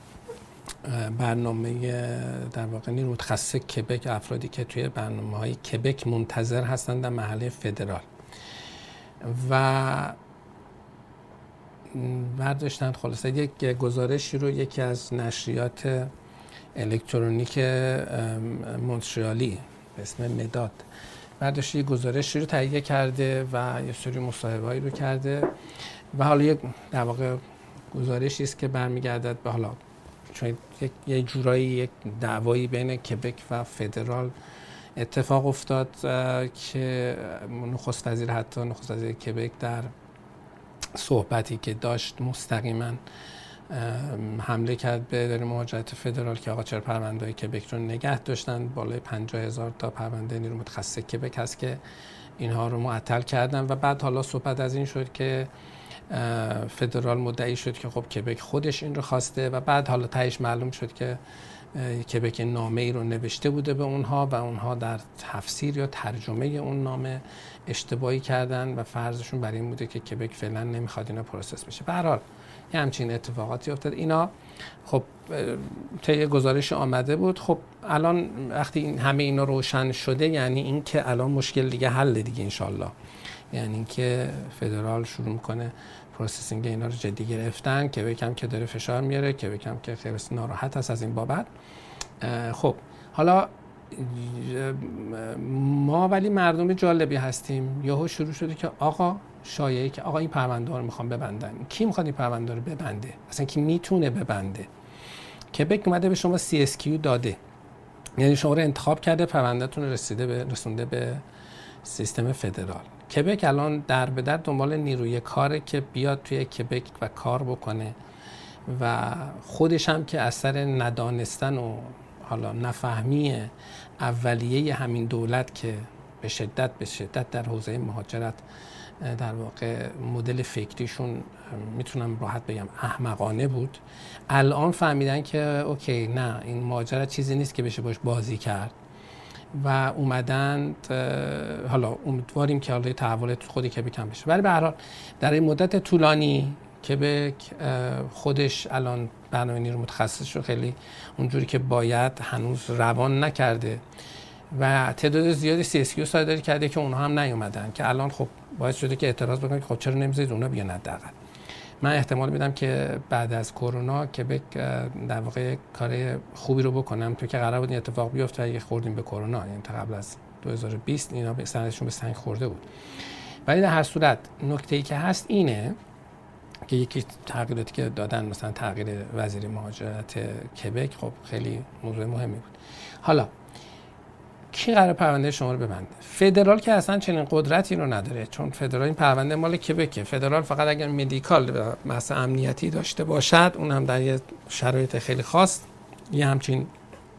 برنامه در واقع نیروی متخصص کبک، افرادی که توی برنامه‌های کبک منتظر هستند در مرحله فدرال و برداشتن خلاصه یک گزارشی رو یکی از نشریات الکترونیک مونترآلی به اسم مداد برداشت یک گزارشی رو تهیه کرده و یه سری مصاحبه‌ای رو کرده و حالا یک در واقع گزارشی است که برمیگردد به حالا چون یک یه جورایی یک دعوایی بین کبک و فدرال اتفاق افتاد که نخست وزیر حتی نخست وزیر کبک در صحبتی که داشت مستقیما حمله کرد به اداره مهاجرت فدرال که آقا چرا پرونده‌های کبک رو نگه داشتن. بالای پنجاه هزار تا پرونده نیروی متخصص کبک هست که اینها رو معطل کردن و بعد حالا صحبت از این شد که فدرال مدعی شد که خب کبک خودش این رو خواسته و بعد حالا تهش معلوم شد که کبک نامه ای رو نوشته بوده به اونها و اونها در تفسیر یا ترجمه اون نامه اشتباهی کردن و فرضشون بر این بوده که کبک فعلا نمیخواد اینا پروسس بشه. به هر حال یه همچین اتفاقاتی افتاد. اینا خب طی گزارش آمده بود. خب الان وقتی این همه اینا روشن شده یعنی این که الان مشکل دیگه حل دیگه انشالله، یعنی اینکه فدرال شروع میکنه پروسسینگ اینا رو جدی گرفتن، که بکم که داره فشار میاره، که بکم که خیلی ناراحت هست از این بابت. خب حالا ما ولی مردم جالبی هستیم. یهو شروع شده که آقا شایعه که آقا این پرونده رو میخوام ببندن. کی میخواد این پرونده رو ببنده؟ اصلا کی میتونه ببنده؟ کبک اومده به شما سی اس کیو داده، یعنی شما رو انتخاب کرده، پروندهتون رسیده به رسونده به سیستم فدرال. کبک الان در به در دنبال نیروی کاره که بیاد توی کبک و کار بکنه و خودش هم که اثر ندانستن و حالا نفهمی اولیه همین دولت که به شدت به شدت در حوزه مهاجرت در واقع مدل فکریشون میتونم راحت بگم احمقانه بود، الان فهمیدن که اوکی نه این مهاجرت چیزی نیست که بشه باش بازی کرد و اومدن حالا امیدواریم که حالا تحول خودی کبک کم بشه. ولی به هر حال در این مدت طولانی کبک خودش الان برنامه نیروی متخصص رو خیلی اونجوری که باید هنوز روان نکرده و تعداد زیادی سی اس کیو صادر کرده که اونها هم نیومدن، که الان خب باعث شده که اعتراض بکنن که خب چرا نمیذارید اونا بیان حداقل. من احتمال میدم که بعد از کرونا کبک در واقع کار خوبی رو بکنم، تو که قرار بود این اتفاق بیفته اگه خوردیم به کرونا، یعنی تا قبل از دو هزار و بیست اینا به سندشون به سنگ خورده بود. ولی در هر صورت نکته‌ای که هست اینه که یکی تغییراتی که دادن مثلا تغییر وزیر مهاجرت کبک خب خیلی موضوع مهمی بود. حالا کی قرار پرونده شما رو ببنده؟ فدرال که اصلا چنین قدرتی رو نداره، چون فدرال این پرونده مال کبکه. فدرال فقط اگر مدیکال و مثلا امنیتی داشته باشد، اون هم در یه شرایط خیلی خاص یه همچین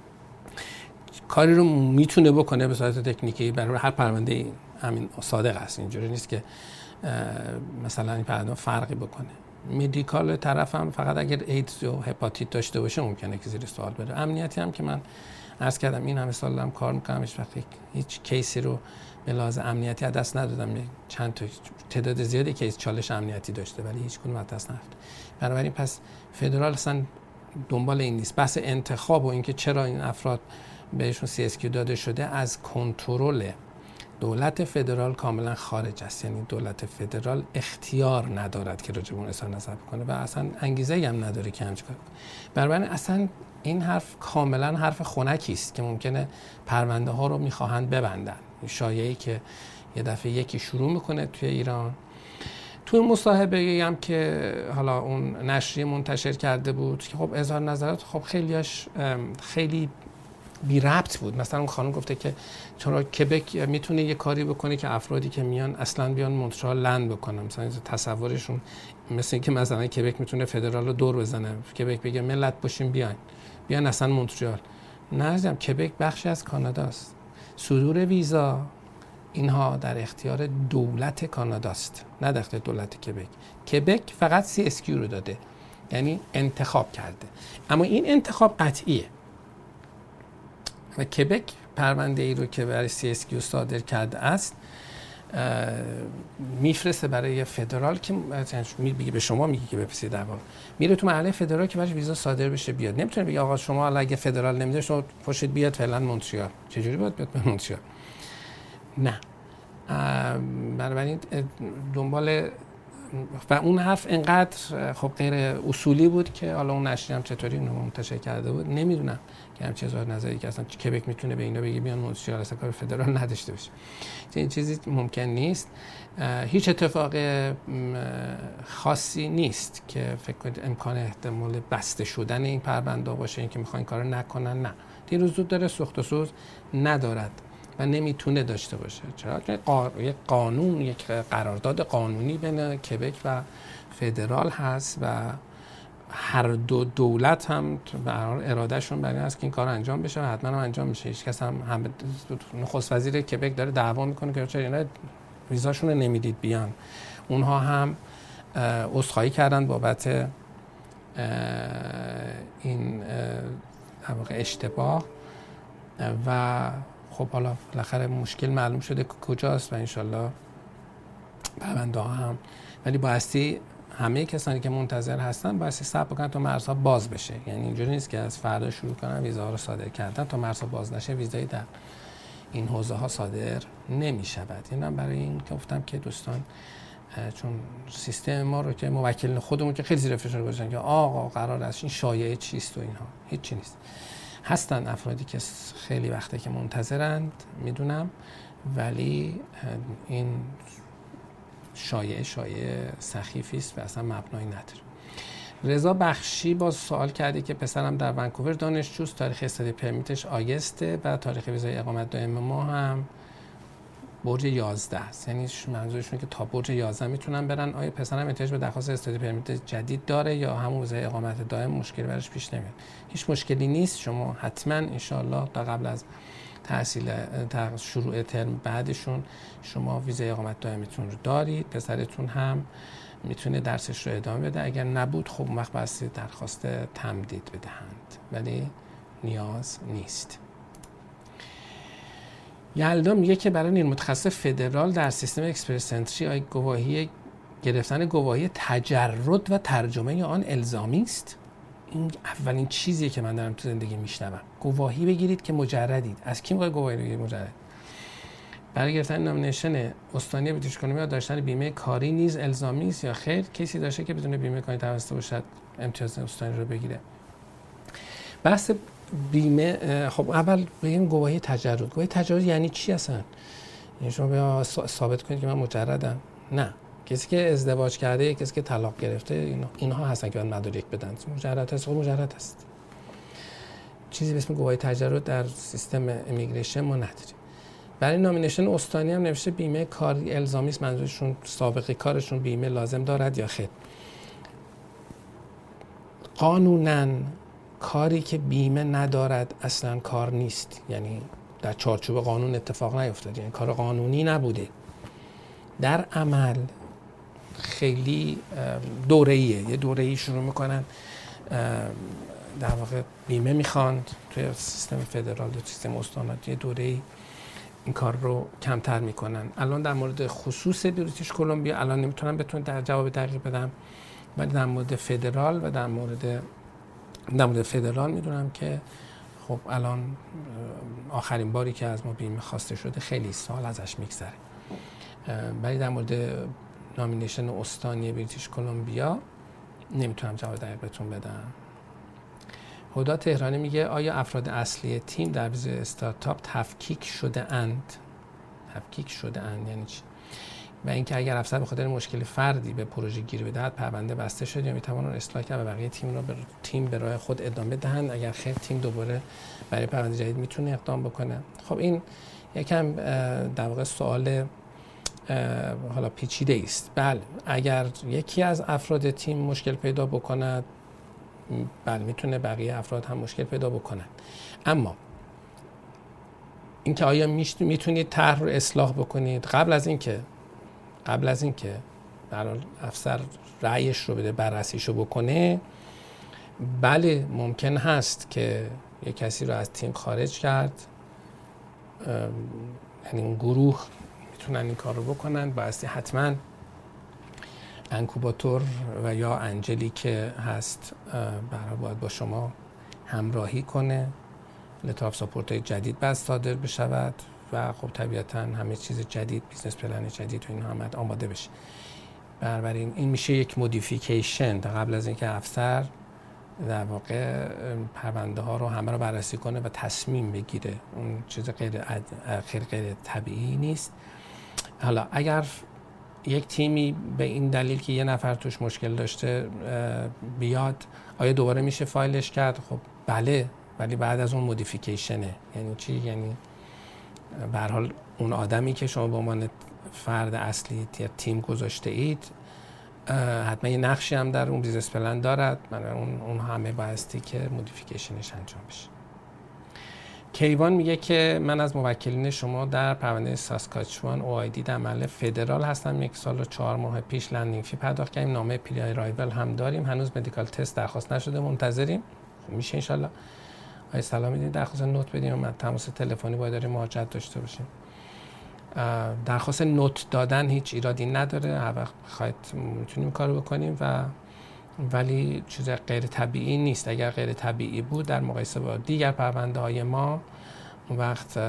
کاری رو میتونه بکنه به صورت تکنیکی برای هر پرونده همین صادق است. اینجوری نیست که مثلا این پرونده فرقی بکنه. مدیکال طرف هم فقط اگر ایدز و هپاتیت داشته باشه ممکنه که زیر سوال بره. امنیتی هم که من عرض کردم این همه سال دارم کار میکنم، هیچ وقت هیچ کیسی رو به لحاظ امنیتی از دست ندادم. چند تا تعداد زیادی کیس چالش امنیتی داشته ولی هیچ کدوم از دست نرفت. بنابراین پس فدرال اصلا دنبال این نیست. بحث انتخاب و اینکه چرا این افراد بهشون سی اس کیو داده شده از کنترل دولت فدرال کاملا خارج است. یعنی دولت فدرال اختیار ندارد که راجع به اون اظهار نظر بکنه و اصلا انگیزه‌ای هم نداره که همچین کار کنه. بنابراین اصلا این حرف کاملا حرف خنکی است که ممکنه پرونده ها رو میخواهند ببندن. شایعی که یه دفعه یکی شروع میکنه توی ایران. توی مصاحبه هم که حالا اون نشریه منتشر کرده بود که خب اظهار نظرات خب خیلیاش خیلی بی ربط بود. مثلا اون خانم گفته که چرا کبک میتونه یه کاری بکنه که افرادی که میان اصلا بیان مونترال لند بکنن. مثلا تصورشون مثل اینکه مثلا کبک میتونه فدرال رو دور بزنه، کبک بگه ملت باشین بیاین بیان اصلا مونترال. نه عزیزم، کبک بخشی از کاناداست. صدور ویزا اینها در اختیار دولت کاناداست، نه در اختیار دولت کبک. کبک فقط سی اس کیو رو داده، یعنی انتخاب کرده، اما این انتخاب قطعیه و کبک پرونده ای رو که برای سی اس کیو صادر کرده است میفرسته برای فدرال که میگه به شما میگه که بپرسید در واقع میره تو مرحله فدرال که براش ویزا صادر بشه بیاد. نمیتونه بگه آقا شما حالا اگه فدرال نمیده شما پاشید بیاد فعلا مونتریال. چجوری باید بیاد به مونتریال؟ نه. بنابراین دنبال و اون حرف انقدر خب غیر اصولی بود که حالا اون نشریه هم چطوری اونو منتشر کرده بود نمیدونم که هم چه اظهار نظری که اصلا کبک میتونه به اینا بگه بیان مونتریال اصلا کار فدرال نداشته باشه. این چیزی ممکن نیست. هیچ اتفاق خاصی نیست که فکر کنید امکان احتمال بسته شدن این پرونده باشه، این که میخوان کارو نکنن. نه، این روز زود داره، سوخت و سوز ندارد و نمیتونه داشته باشه. چرا؟ که یک قانون، یک قرارداد قانونی بین کبک و فدرال هست و هر دو دولت هم به هر حال ارادهشون برای است که این کار انجام بشه و حتما هم انجام میشه. هیچ کس هم, هم نخست وزیر کبک داره دعوا میکنه که چرا اینا ویزاشون رو نمیدید بیان. اونها هم عذرخواهی کردن بابت این در واقع اشتباه و خب حالا بالاخره مشکل معلوم شده که کجاست و انشالله پرونده ها هم، ولی بایستی همه کسانی که منتظر هستن بایستی صبر بکنن تا مرزها باز بشه. یعنی اینجوری نیست که از فردا شروع کنن ویزاها رو صادر کردن تا مرزها باز نشه ویزایی در این حوزه ها صادر نمی شود. اینم برای این که گفتم که دوستان چون سیستم ما رو که موکلین خودمون که خیلی زیر فشار گذاشتن که آقا قرار است این شایعه چیست و اینها، هیچ چی نیست. هستن افرادی که خیلی وقته که منتظرند میدونم، ولی این شایعه شایعه سخیفی است و اصلا مبنایی نداره. رضا بخشی باز سوال کردی که پسرم در ونکوور دانشجوست، تاریخ استادی پرمیتش آگسته و تاریخ ویزای اقامت دائم ما هم برج یازده است. یعنی منظورشونه که تا برج یازده میتونن برن. آیا پسرم احتیاج به درخواست استادی پرمیت جدید داره یا همون ویزای اقامت دائم مشکلی براش پیش نمیاد؟ هیچ مشکلی نیست. شما حتما ان شاءالله تا قبل از تحصیل شروع ترم بعدشون شما ویزای اقامت دائمتون رو دارید. پسرتون هم میتونه درسش رو ادامه بده. اگر نبود خب وقت بسید درخواست تمدید بدهند، ولی نیاز نیست. یلدا میگه که برای نیروی متخصص فدرال در سیستم اکسپرس انتری آیا گواهی گرفتن گواهی تجرد و ترجمه آن الزامی است؟ این اولین چیزیه که من دارم تو زندگی میشنوم. گواهی بگیرید که مجردید. از کی میخوای گواهی بگیرید مجرد؟ برای گرفتن نامینیشن استانی بریتیش کلمبیا داشتن بیمه کاری نیز الزامی است یا خیر؟ کسی داشته که بدون بیمه کاری توسط باشد امتیاز استانی رو بگیره؟ بحث بیمه، خب اول بگیم گواهی تجرد. گواهی تجرد یعنی چی اصلا؟ یعنی شما بیا ثابت کنید که من مجردم؟ نه. کسی که ازدواج کرده، کسی که طلاق گرفته، اینا اینها هستن که باید مدارک بدن. مجرد هست، خب مجرد هست. چیزی به اسم گواهی تجرد در سیستم امیگریشن ما نداریم. برای نامینیشن استانی هم نوشته بیمه کاری الزامی است. منظورشون سابقه کارشون بیمه لازم دارد یا خیر؟ قانوناً کاری که بیمه ندارد اصلا کار نیست. یعنی در چارچوب قانون اتفاق نیفتاد، یعنی کار قانونی نبوده. در عمل خیلی دوره‌ایه. یه دوره‌ای شروع میکنن در واقع بیمه میخوان توی سیستم فدرال و سیستم استانات، یه دوره‌ای این کار رو کمتر میکنن. الان در مورد خصوص بریتیش کلمبیا الان نمیتونم بهتون در جواب دقیق بدم، ولی در مورد فدرال و در مورد در مورد فدرال میدونم که خب الان آخرین باری که از ما بیمه خواسته شده خیلی سال ازش میگذره. ولی در مورد نامینیشن استانی بریتیش کلمبیا نمیتونم جواب دقیق بهتون بدم. هدا تهرانی میگه آیا افراد اصلی تیم در ویزای استارتاپ تفکیک شده اند؟ تفکیک شده اند یعنی چی؟ و اینکه اگر افسر به خاطر مشکل فردی به پروژه گیر بدهد پرونده بسته شد یا میتوانند اصلاح کرد و بقیه تیم را به تیم به راه خود ادامه دهند؟ اگر خیر تیم دوباره برای پرونده جدید میتونه اقدام بکنه؟ خب این یکم در واقع سوال حالا پیچیده است. بله، اگر یکی از افراد تیم مشکل پیدا بکند بله میتونه بقیه افراد هم مشکل پیدا بکنند. اما اینکه آیا میتونید طرح رو اصلاح بکنید قبل از اینکه قبل از اینکه برای افسر رأیش رو بده، بررسیش رو بکنه. بله ممکن هست که یک کسی رو از تیم خارج کرد، یعنی اون گروه میتونن این کار رو بکنن. بایستی حتما انکوباتور و یا انجلی که هست برای باید با شما همراهی کنه، لتاف ساپورت های جدید باید صادر بشود و خب طبیعتا همه چیز جدید، بیزنس پلن جدید و اینها هم آماده بشه. بنابراین این میشه یک مودیفیکیشن قبل از اینکه افسر در واقع پرونده ها رو همه رو بررسی کنه و تصمیم بگیره. اون چیز غیر غیر غیر طبیعی نیست. حالا اگر یک تیمی به این دلیل که یه نفر توش مشکل داشته بیاد، آیا دوباره میشه فایلش کرد؟ خب بله، ولی بعد از اون مودیفیکیشنه. یعنی چی؟ یعنی به هر حال اون آدمی که شما به عنوان فرد اصلی یا تیم گذاشته اید حتما یه نقشی هم در اون بیزنس پلن دارد. من اون اون همه بایستی که مودیفیکیشنش انجام بشه. کیوان میگه که من از موکلین شما در پرونده ساسکاچوان او آی دی در محل فدرال هستم. یک سال و چهار ماه پیش لندینگ فی پرداخت کردیم. نامه پری آرایول هم داریم. هنوز مدیکال تست درخواست نشده، منتظریم. خب میشه ان شاء الله. آقای سلام میدید درخواست نوت بدیم، من تماس تلفنی باید داریم مهاجرت داشته باشیم. درخواست نوت دادن هیچ ایرادی نداره، هر وقت بخواید میتونیم کارو بکنیم و ولی چیز غیر طبیعی نیست. اگر غیر طبیعی بود در مقایسه با دیگر پرونده های ما اون وقت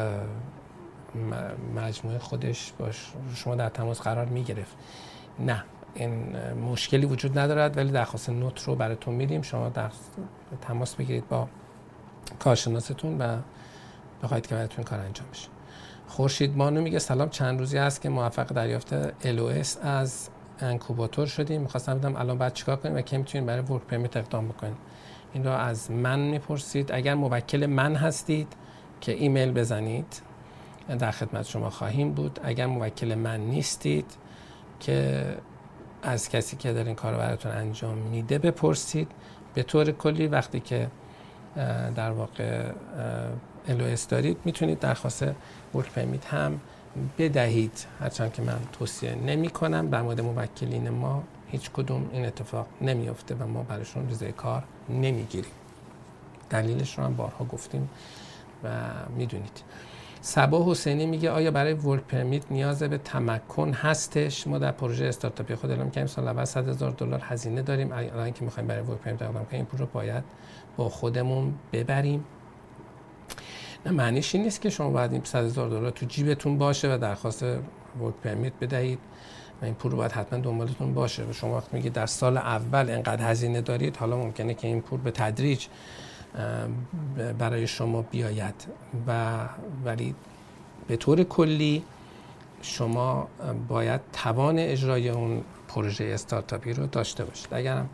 مجموعه خودش باش شما در تماس قرار میگرفت. نه، این مشکلی وجود ندارد، ولی درخواست نوت رو براتون میدیم. شما در تماس بگیرید با کارشناستون و بخواید که براتون کار انجام بشه. خورشید بانو میگه سلام، چند روزی هست که موفق دریافت ال او اس از انکوباتور شدیم. می‌خواستم بدونم الان بعد چیکار کنیم و کی میتونیم برای ورک پرمیت اقدام بکنیم. این رو از من میپرسید. اگر موکل من هستید که ایمیل بزنید، در خدمت شما خواهیم بود. اگر موکل من نیستید که از کسی که در این کار رو براتون انجام میده بپرسید. به طور کلی وقتی که در واقع ال او اس دارید میتونید درخواست ورک پرمیت هم بدهید، هرچند که من توصیه نمی کنم. در مورد موکلین ما هیچ کدوم این اتفاق نمیفته و ما برایشون ویزای کار نمیگیریم. دلیلش رو هم بارها گفتیم و میدونید. صبا حسینی میگه آیا برای ورک پرمیت نیاز به تمکن هستش؟ ما در پروژه استارتاپی خود اعلام کردیم سال اول صد هزار دلار هزینه داریم. الان که میخوایم برای ورک پرمیت اقدام کنیم این پول رو باید با خودمون ببریم. نه، معنیش این نیست که شما باید این صد هزار دلار تو جیبتون باشه و درخواست ورک پرمیت بدهید و این پول رو باید حتما دنبالتون باشه. و شما وقتی میگید در سال اول اینقدر هزینه دارید، حالا ممکنه که این پول به تدریج برای شما بیاید و ولی به طور کلی شما باید توان اجرای اون پروژه استارتاپی رو داشته باشید. اگرم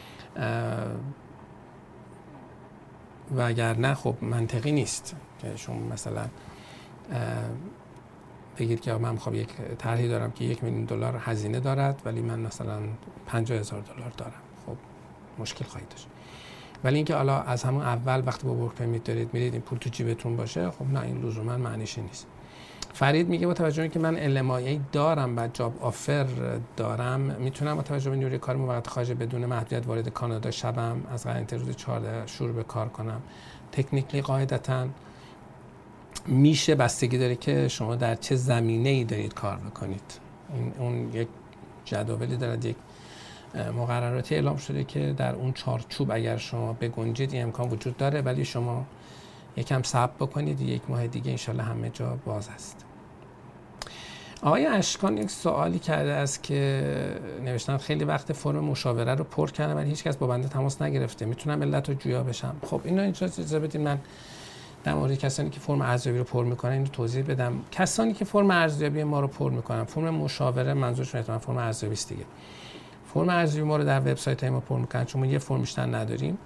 و اگر نه خب منطقی نیست که شما مثلا بگید که من میخوام یک طرحی دارم که یک میلیون دلار هزینه دارد ولی من مثلا پنجاه هزار دلار دارم. خب مشکل خواهید داشت. ولی اینکه حالا از همون اول وقتی با ورک پرمیت دارید میرید این پول تو جیبتون باشه، خب نه، این لزوما معنیش نیست. فرید میگه با توجه به اینکه من ال ام آی دارم و جاب آفر دارم، میتونم با توجه به نیروی کار موقت خارجی بدون محدودیت وارد کانادا شوم، از قرار روز چهارده شروع به کار کنم؟ تکنیکلی قاعدتاً میشه، بستگی داره که شما در چه زمینه‌ای دارید کار بکنید. این اون یک جدولی دارد، یک مقرراتی اعلام شده که در اون چارچوب اگر شما بگنجید این امکان وجود داره، ولی شما یکم صبر بکنید، یک ماه دیگه انشالله همه جا باز است. آقای اشکان یک سوالی کرده است که نوشتن خیلی وقت فرم مشاوره رو پر کردم ولی هیچ کس با بنده تماس نگرفته، میتونم علت رو جویا بشم؟ خب اینو اینجا اجازه بدید من در مورد کسانی که فرم ارزیابی رو پر میکنن اینو توضیح بدم. کسانی که فرم ارزیابی ما رو پر میکنن، فرم مشاوره منظورشون احتمالاً فرم ارزیابی است دیگه. فرم ارزیابی ما رو در وبسایت ما پر میکنن چون ما یه فرم بیشتر نداریم.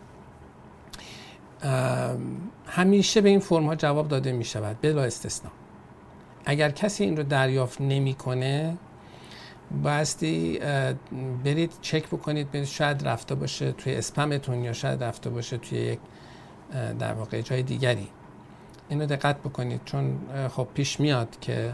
همیشه به این فرم ها جواب داده می شود بلا استثنا. اگر کسی این رو دریافت نمیکنه بایستی برید چک بکنید، برید شاید رفته باشه توی اسپمتون یا شاید رفته باشه توی یک در واقع جای دیگری. اینو دقت بکنید، چون خب پیش میاد که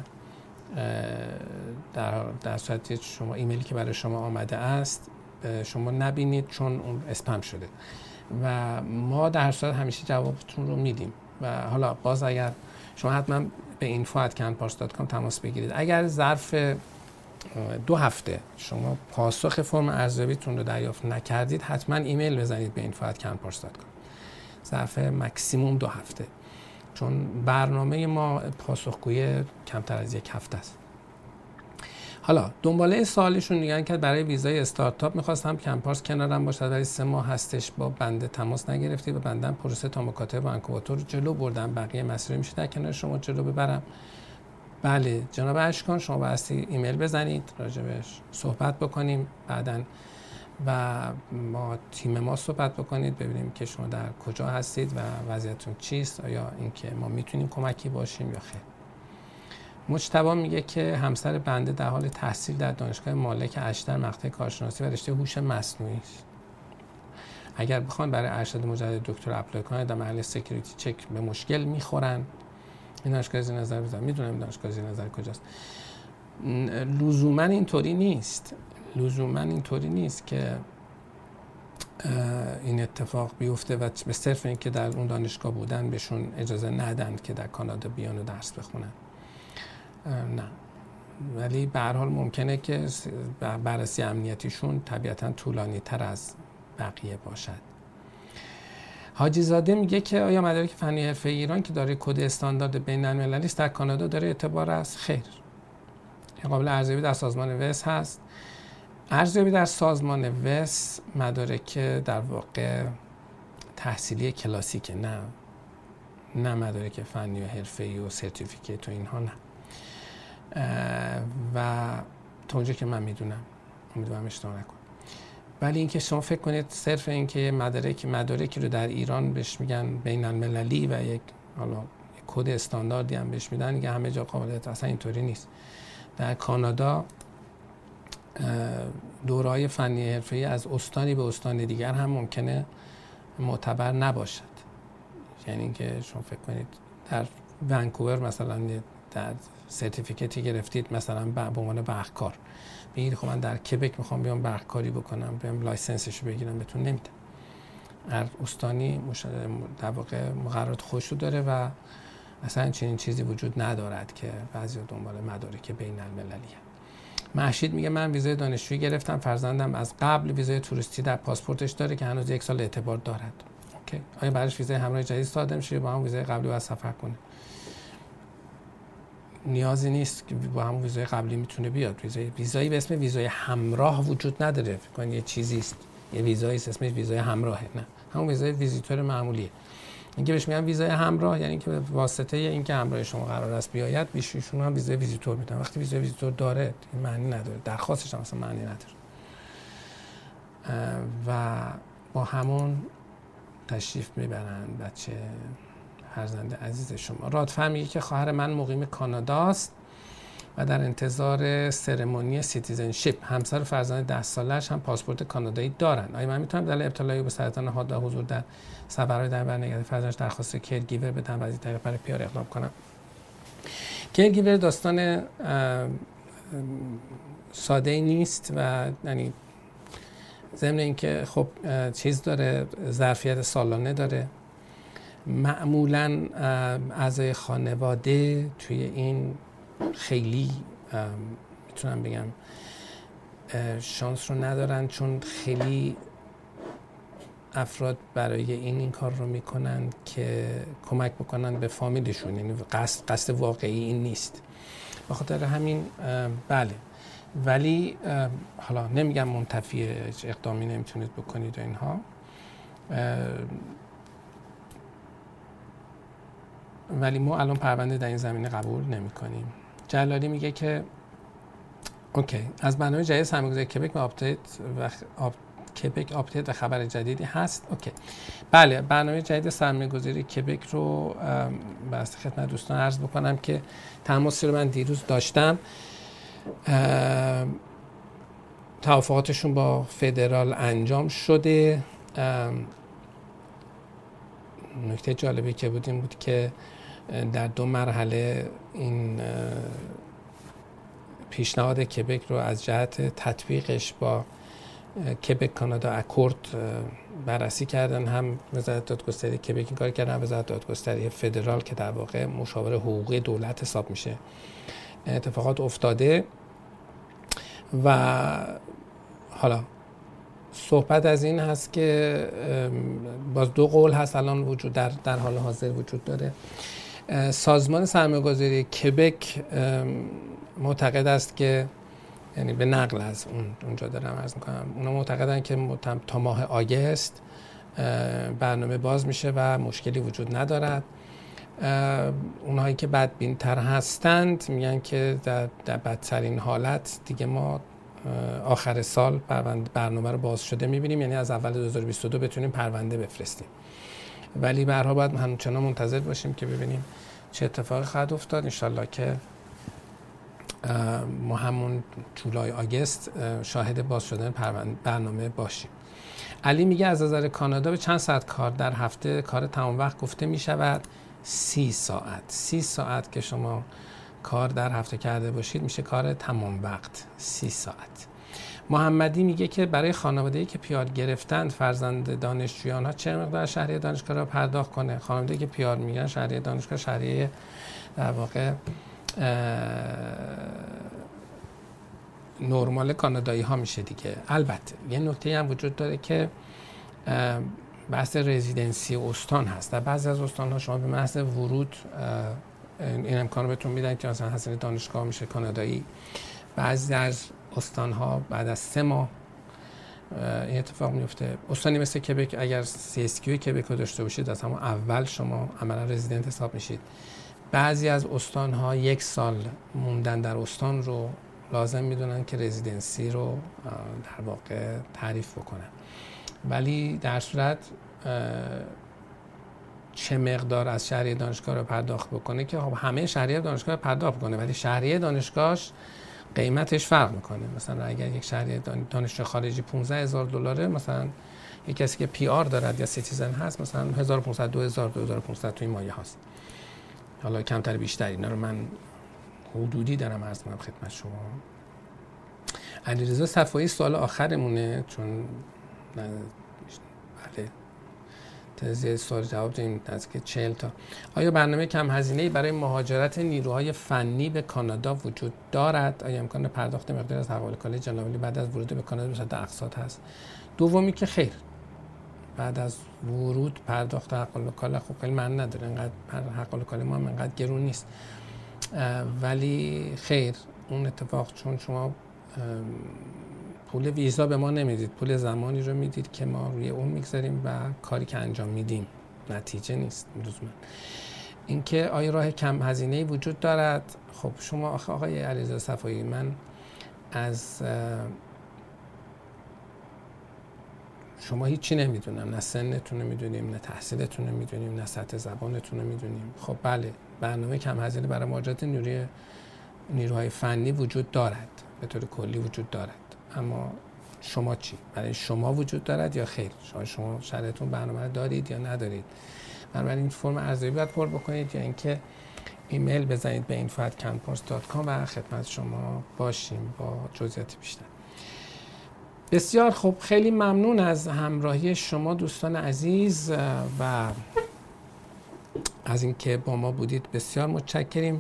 در در صورتی شما ایمیلی که برای شما آمده است شما نبینید چون اون اسپم شده و ما در هر صورت همیشه جوابتون رو میدیم. و حالا باز اگر شما حتما به اینفو ات کنپارس دات کام تماس بگیرید. اگر ظرف دو هفته شما پاسخ فرم ارزیابیتون رو دریافت نکردید حتما ایمیل بزنید به اینفو ات کنپارس دات کام. ظرف مکسیموم دو هفته، چون برنامه ما پاسخگویی کمتر از یک هفته است. حالا دنباله سوالشون میگن که برای ویزای استارتاپ میخواستم کنپارس کنارم باشد ولی سه ماه هستش با بنده تماس نگرفتید و بنده پروسه تا مکاتبه انکوباتور رو جلو بردم، بقیه مسیر میشه در کنار شما جلو ببرم؟ بله جناب اشکان، شما بایستی ایمیل بزنید راجبش صحبت بکنیم بعداً و ما تیم ما صحبت بکنید ببینیم که شما در کجا هستید و وضعیتون چیست، آیا اینکه ما میتونیم کمکی باشیم یا خیر. مجتبی میگه که همسر بنده در حال تحصیل در دانشگاه مالک اشتر مقطع کارشناسی و رشته هوش مصنوعی است. اگر بخوان برای ارشد مجدد دکتر اپلای کنن در محل سکیوریتی چک به مشکل میخورن. این دانشگاه زیر نظر بزنم، میدونم دانشگاه زیر نظر کجاست. لزوما اینطوری نیست لزوما اینطوری نیست که این اتفاق بیفته و به صرف اینکه در اون دانشگاه بودن بهشون اجازه ندن که در کانادا بیان و درس بخونن. نه، ولی به هر حال ممکنه که بررسی امنیتیشون طبیعتاً طولانی تر از بقیه باشد. حاجی زاده میگه که آیا مدارک فنی حرفه ایران که داره کد استاندارد بین المللی است در کانادا داره اعتبار است؟ خیر. قابل ارزیابی در سازمان وس هست. ارزیابی در سازمان وس مدارک در واقع تحصیلی کلاسیکه، نه نه مدارک فنی و حرفه‌ای و سرتیفیکیت و اینها نه. و تا اونجا که من میدونم، امیدوارم اشتباه نکنم، ولی اینکه شما فکر کنید صرف اینکه مدارک مدارکی رو در ایران بهش میگن بین المللی و یک حالا کد استانداردی هم بهش میدن که همه جا قابلیت، اصلا اینطوری نیست. در کانادا دوره‌های فنی حرفه‌ای از استانی به استان دیگر هم ممکنه معتبر نباشد. یعنی اینکه شما فکر کنید در ونکوور مثلا در سرتیفیکیتی گرفتید مثلا به عنوان برقکار، بگید خب من در کبک میخوام بیام برقکاری بکنم، بیام لایسنسش رو بگیرم، بهتون نمیدم. هر استانی در واقع مقررات خودشو داره و اصلا چنین چیزی وجود ندارد که بعضی دنبال مدارک بین المللی. محشید میگه من ویزای دانشجویی گرفتم، فرزندم از قبل ویزای توریستی در پاسپورتش داره که هنوز یک سال اعتبار دارد. اوکی. آیا براش ویزای همراه جدید صادر میشه یا با هم ویزای قبلی باید سفر کنه؟ نیازی نیست که با هم ویزای قبلی میتونه بیاد. ویزای ویزایی به اسم ویزای همراه وجود نداره. فکر کنید یه چیزی است، یه ویزایی است اسمش ویزای همراهه. نه، همون ویزای ویزیتور معمولیه. اینکه بهش میگن ویزای همراه یعنی که به واسطه اینکه همراه شما قرار است بیاید بیشون هم ویزای ویزیتور میدن. وقتی ویزای ویزیتور داره این معنی نداره، درخواستش هم اصلا معنی نداره. و با همون تشریف میبرن بچه فرزند عزیز شما. رادفر میگه که خواهر من مقیم کاناداست و در انتظار سرمونی سیتیزنشیپ. همسر و فرزند ده سالش هم پاسپورت کانادایی دارن. آیا من میتونم دلیل ابتلای به سرطان حاد و حضور در سفرهای در بر نگهداری فرزندش درخواست کیرگیور بدم و از این طریق برای پیار اقدام کنم؟ کیرگیور داستان ساده ای نیست و یعنی ضمن اینکه خب چیز داره، ظرفیت سالانه داره. معمولاً اعضای خانواده توی این خیلی میتونم بگم شانس رو ندارن، چون خیلی افراد برای این این کار رو میکنن که کمک بکنن به فامیلشون، یعنی قصد قصد واقعی این نیست. بخاطر همین بله، ولی حالا نمیگم منتفی اقدامی نمیتونید بکنید و اینها، ولی ما الان پرونده در این زمینه قبول نمی کنیم. جلالی میگه که اوکی، از برنامه جدید سرمایه‌گذاری کبک و آپدیت و آب... کبک آپدیت و خبر جدیدی هست. اوکی، بله، برنامه جدید سرمایه‌گذاری کبک رو واسه خدمت دوستان عرض بکنم که تماسی رو من دیروز داشتم. توافقاتشون با فدرال انجام شده. نکته جالبی که بود این بود که در دو مرحله این پیشنهاد کبک رو از جهت تطبیقش با کبک کانادا اکورد بررسی کردن. هم وزارت دادگستری کبک این کار کردن، هم وزارت دادگستری فدرال که در واقع مشاور حقوقی دولت حساب میشه. اتفاقات افتاده و حالا صحبت از این هست که باز دو قول هست الان وجود در در حال حاضر وجود داره. سازمان سرمایه‌گذاری کبک معتقد است که، یعنی به نقل از اون اونجا دارم عرض میکنم، اونا معتقدن که تا ماه آگست برنامه باز میشه و مشکلی وجود ندارد. اونهایی که بدبین‌تر هستند میگن که در, در بدترین حالت دیگه ما آخر سال برنامه رو باز شده میبینیم، یعنی از اول دو هزار و بیست و دو بتونیم پرونده بفرستیم. ولی به هر حال باید همچنان منتظر باشیم که ببینیم چه اتفاقی خواهد افتاد. انشالله که ما همون جولای آگست شاهد باز شدن برنامه باشیم. علی میگه از نظر کانادا به چند ساعت کار در هفته کار تمام وقت گفته میشود؟ سی ساعت. سی ساعت که شما کار در هفته کرده باشید میشه کار تمام وقت، سی ساعت. محمدی میگه که برای خانواده‌ای که پیار گرفتند فرزند دانشجویان ها چه مقدار شهریه دانشگاه را پرداخت کنه؟ خانواده‌ای که پیار میگن شهریه دانشگاه شهریه در واقع نرمال کانادایی ها میشه دیگه. البته یه نکته هم وجود داره که بحث رزیدنسی استان هست. در بعضی از استان ها شما به محض ورود این امکان رو بهتون میدن که مثلا هزینه دانشگاه میشه کانادایی. بعضی از استان ها بعد از سه ماه این اتفاق میفته. استانی مثل کبک اگر سی اس کیو کبک رو داشته باشید از همون اول شما عملا رزیدنت حساب میشید. بعضی از استان ها یک سال موندن در استان رو لازم میدونن که رزیدنسی رو در واقع تعریف بکنن. ولی در صورت چه مقدار از شهریه دانشگاه رو پرداخت بکنه که خب همه شهریه دانشگاه رو پرداخت بکنه، ولی شهریه دانشگاهش قیمتش فرق میکنه. مثلا اگر یک شهریه دانشجو خارجی پانزده هزار دلاره، مثلا یک کسی که پی آر دارد یا سیتیزن هست مثلا هزار و پانصد دو هزار دو هزار و پانصد توی مایه هست. حالا کمتر بیشتر اینا رو من حدودی دارم عرض می‌کنم خدمت شما. علیرضا صفایی سوال آخرمونه، چون بله تازه سوال جواب دادیم نزدیک چهل تا. آیا برنامه کم هزینه‌ای برای مهاجرت نیروهای فنی به کانادا وجود دارد؟ آیا امکان پرداخت مقداری از حواله کاله جنابعالی بعد از ورود به کانادا به صورت اقساط هست؟ دومی که خیر، بعد از ورود پرداخت حواله کاله خب خیلی معنی نداره، انقدر حواله کاله ما هم انقدر گرون نیست. ولی خیر اون اتفاق، چون شما پول ویزا به ما نمیدید، پول زمانی رو میدید که ما روی اون میگذاریم و کاری که انجام میدیم، نتیجه نیست لزوما. اینکه آیا راه کم هزینه‌ای وجود دارد؟ خب شما آقای علیرضا صفایی، من از شما هیچی نمیدونم، نه سنتون رو میدونیم، نه تحصیلتون رو میدونیم، نه سطح زبانتون رو میدونیم. خب بله، برنامه کم هزینه برای مهاجرت نیروی نیروهای فنی وجود دارد، به طور کلی وجود دارد. اما شما چی؟ برای شما وجود دارد یا خیر؟ شما شما شرایطتون برنامه دارید یا ندارید؟ بنابراین این فرم ارزیابی باید پر بکنید یا اینکه ایمیل بزنید به info at canpars dot com و خدمت شما باشیم با جزئیات بیشتر. بسیار خوب، خیلی ممنون از همراهی شما دوستان عزیز و از اینکه با ما بودید. بسیار متشکریم.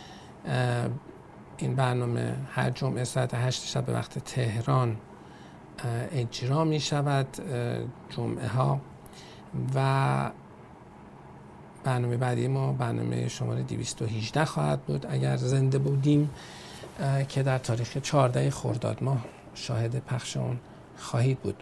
این برنامه هر جمعه ساعت هشت شب به وقت تهران اجرا می شود، جمعه ها، و برنامه بعدی ما برنامه شماره دویست و هجده خواهد بود اگر زنده بودیم، که در تاریخ چهاردهم خرداد ماه شاهد پخش اون خواهید بود.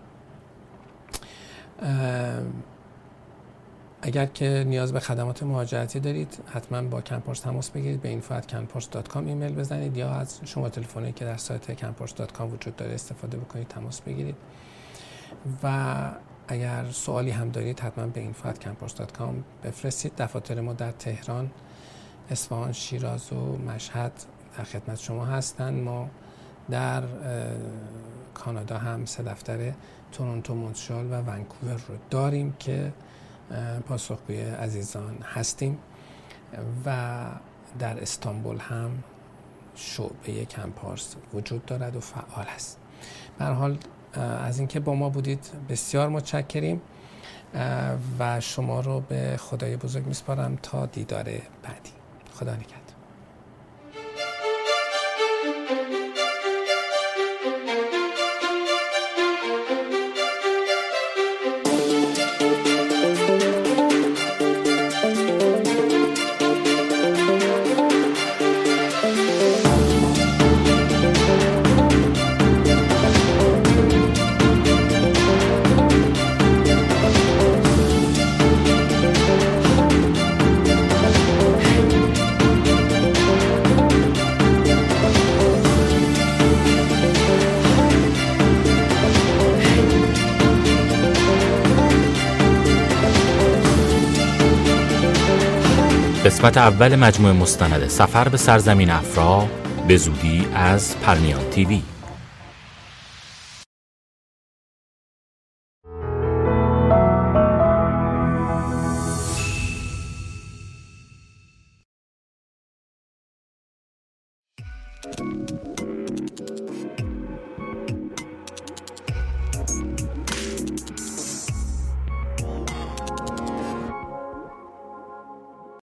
اگر که نیاز به خدمات مهاجرتی دارید حتما با کنپارس تماس بگیرید، به info at canpars dot com ایمیل بزنید یا از شما تلفنی که در سایت canpars dot com وجود داره استفاده بکنید، تماس بگیرید. و اگر سوالی هم دارید حتما به info at canpars dot com بفرستید. دفاتر ما در تهران، اصفهان، شیراز و مشهد در خدمت شما هستند. ما در کانادا هم سه دفتر تورنتو، مونترال و ونکوور رو داریم که پاسخگوی عزیزان هستیم. و در استانبول هم شعبه کمپارس وجود دارد و فعال است. به هر حال از اینکه با ما بودید بسیار متشکریم و شما رو به خدای بزرگ میسپارم تا دیدار بعدی. خدا نگهدار. قسمت اول مجموعه مستند سفر به سرزمین افرا به زودی از پرمیان تیوی.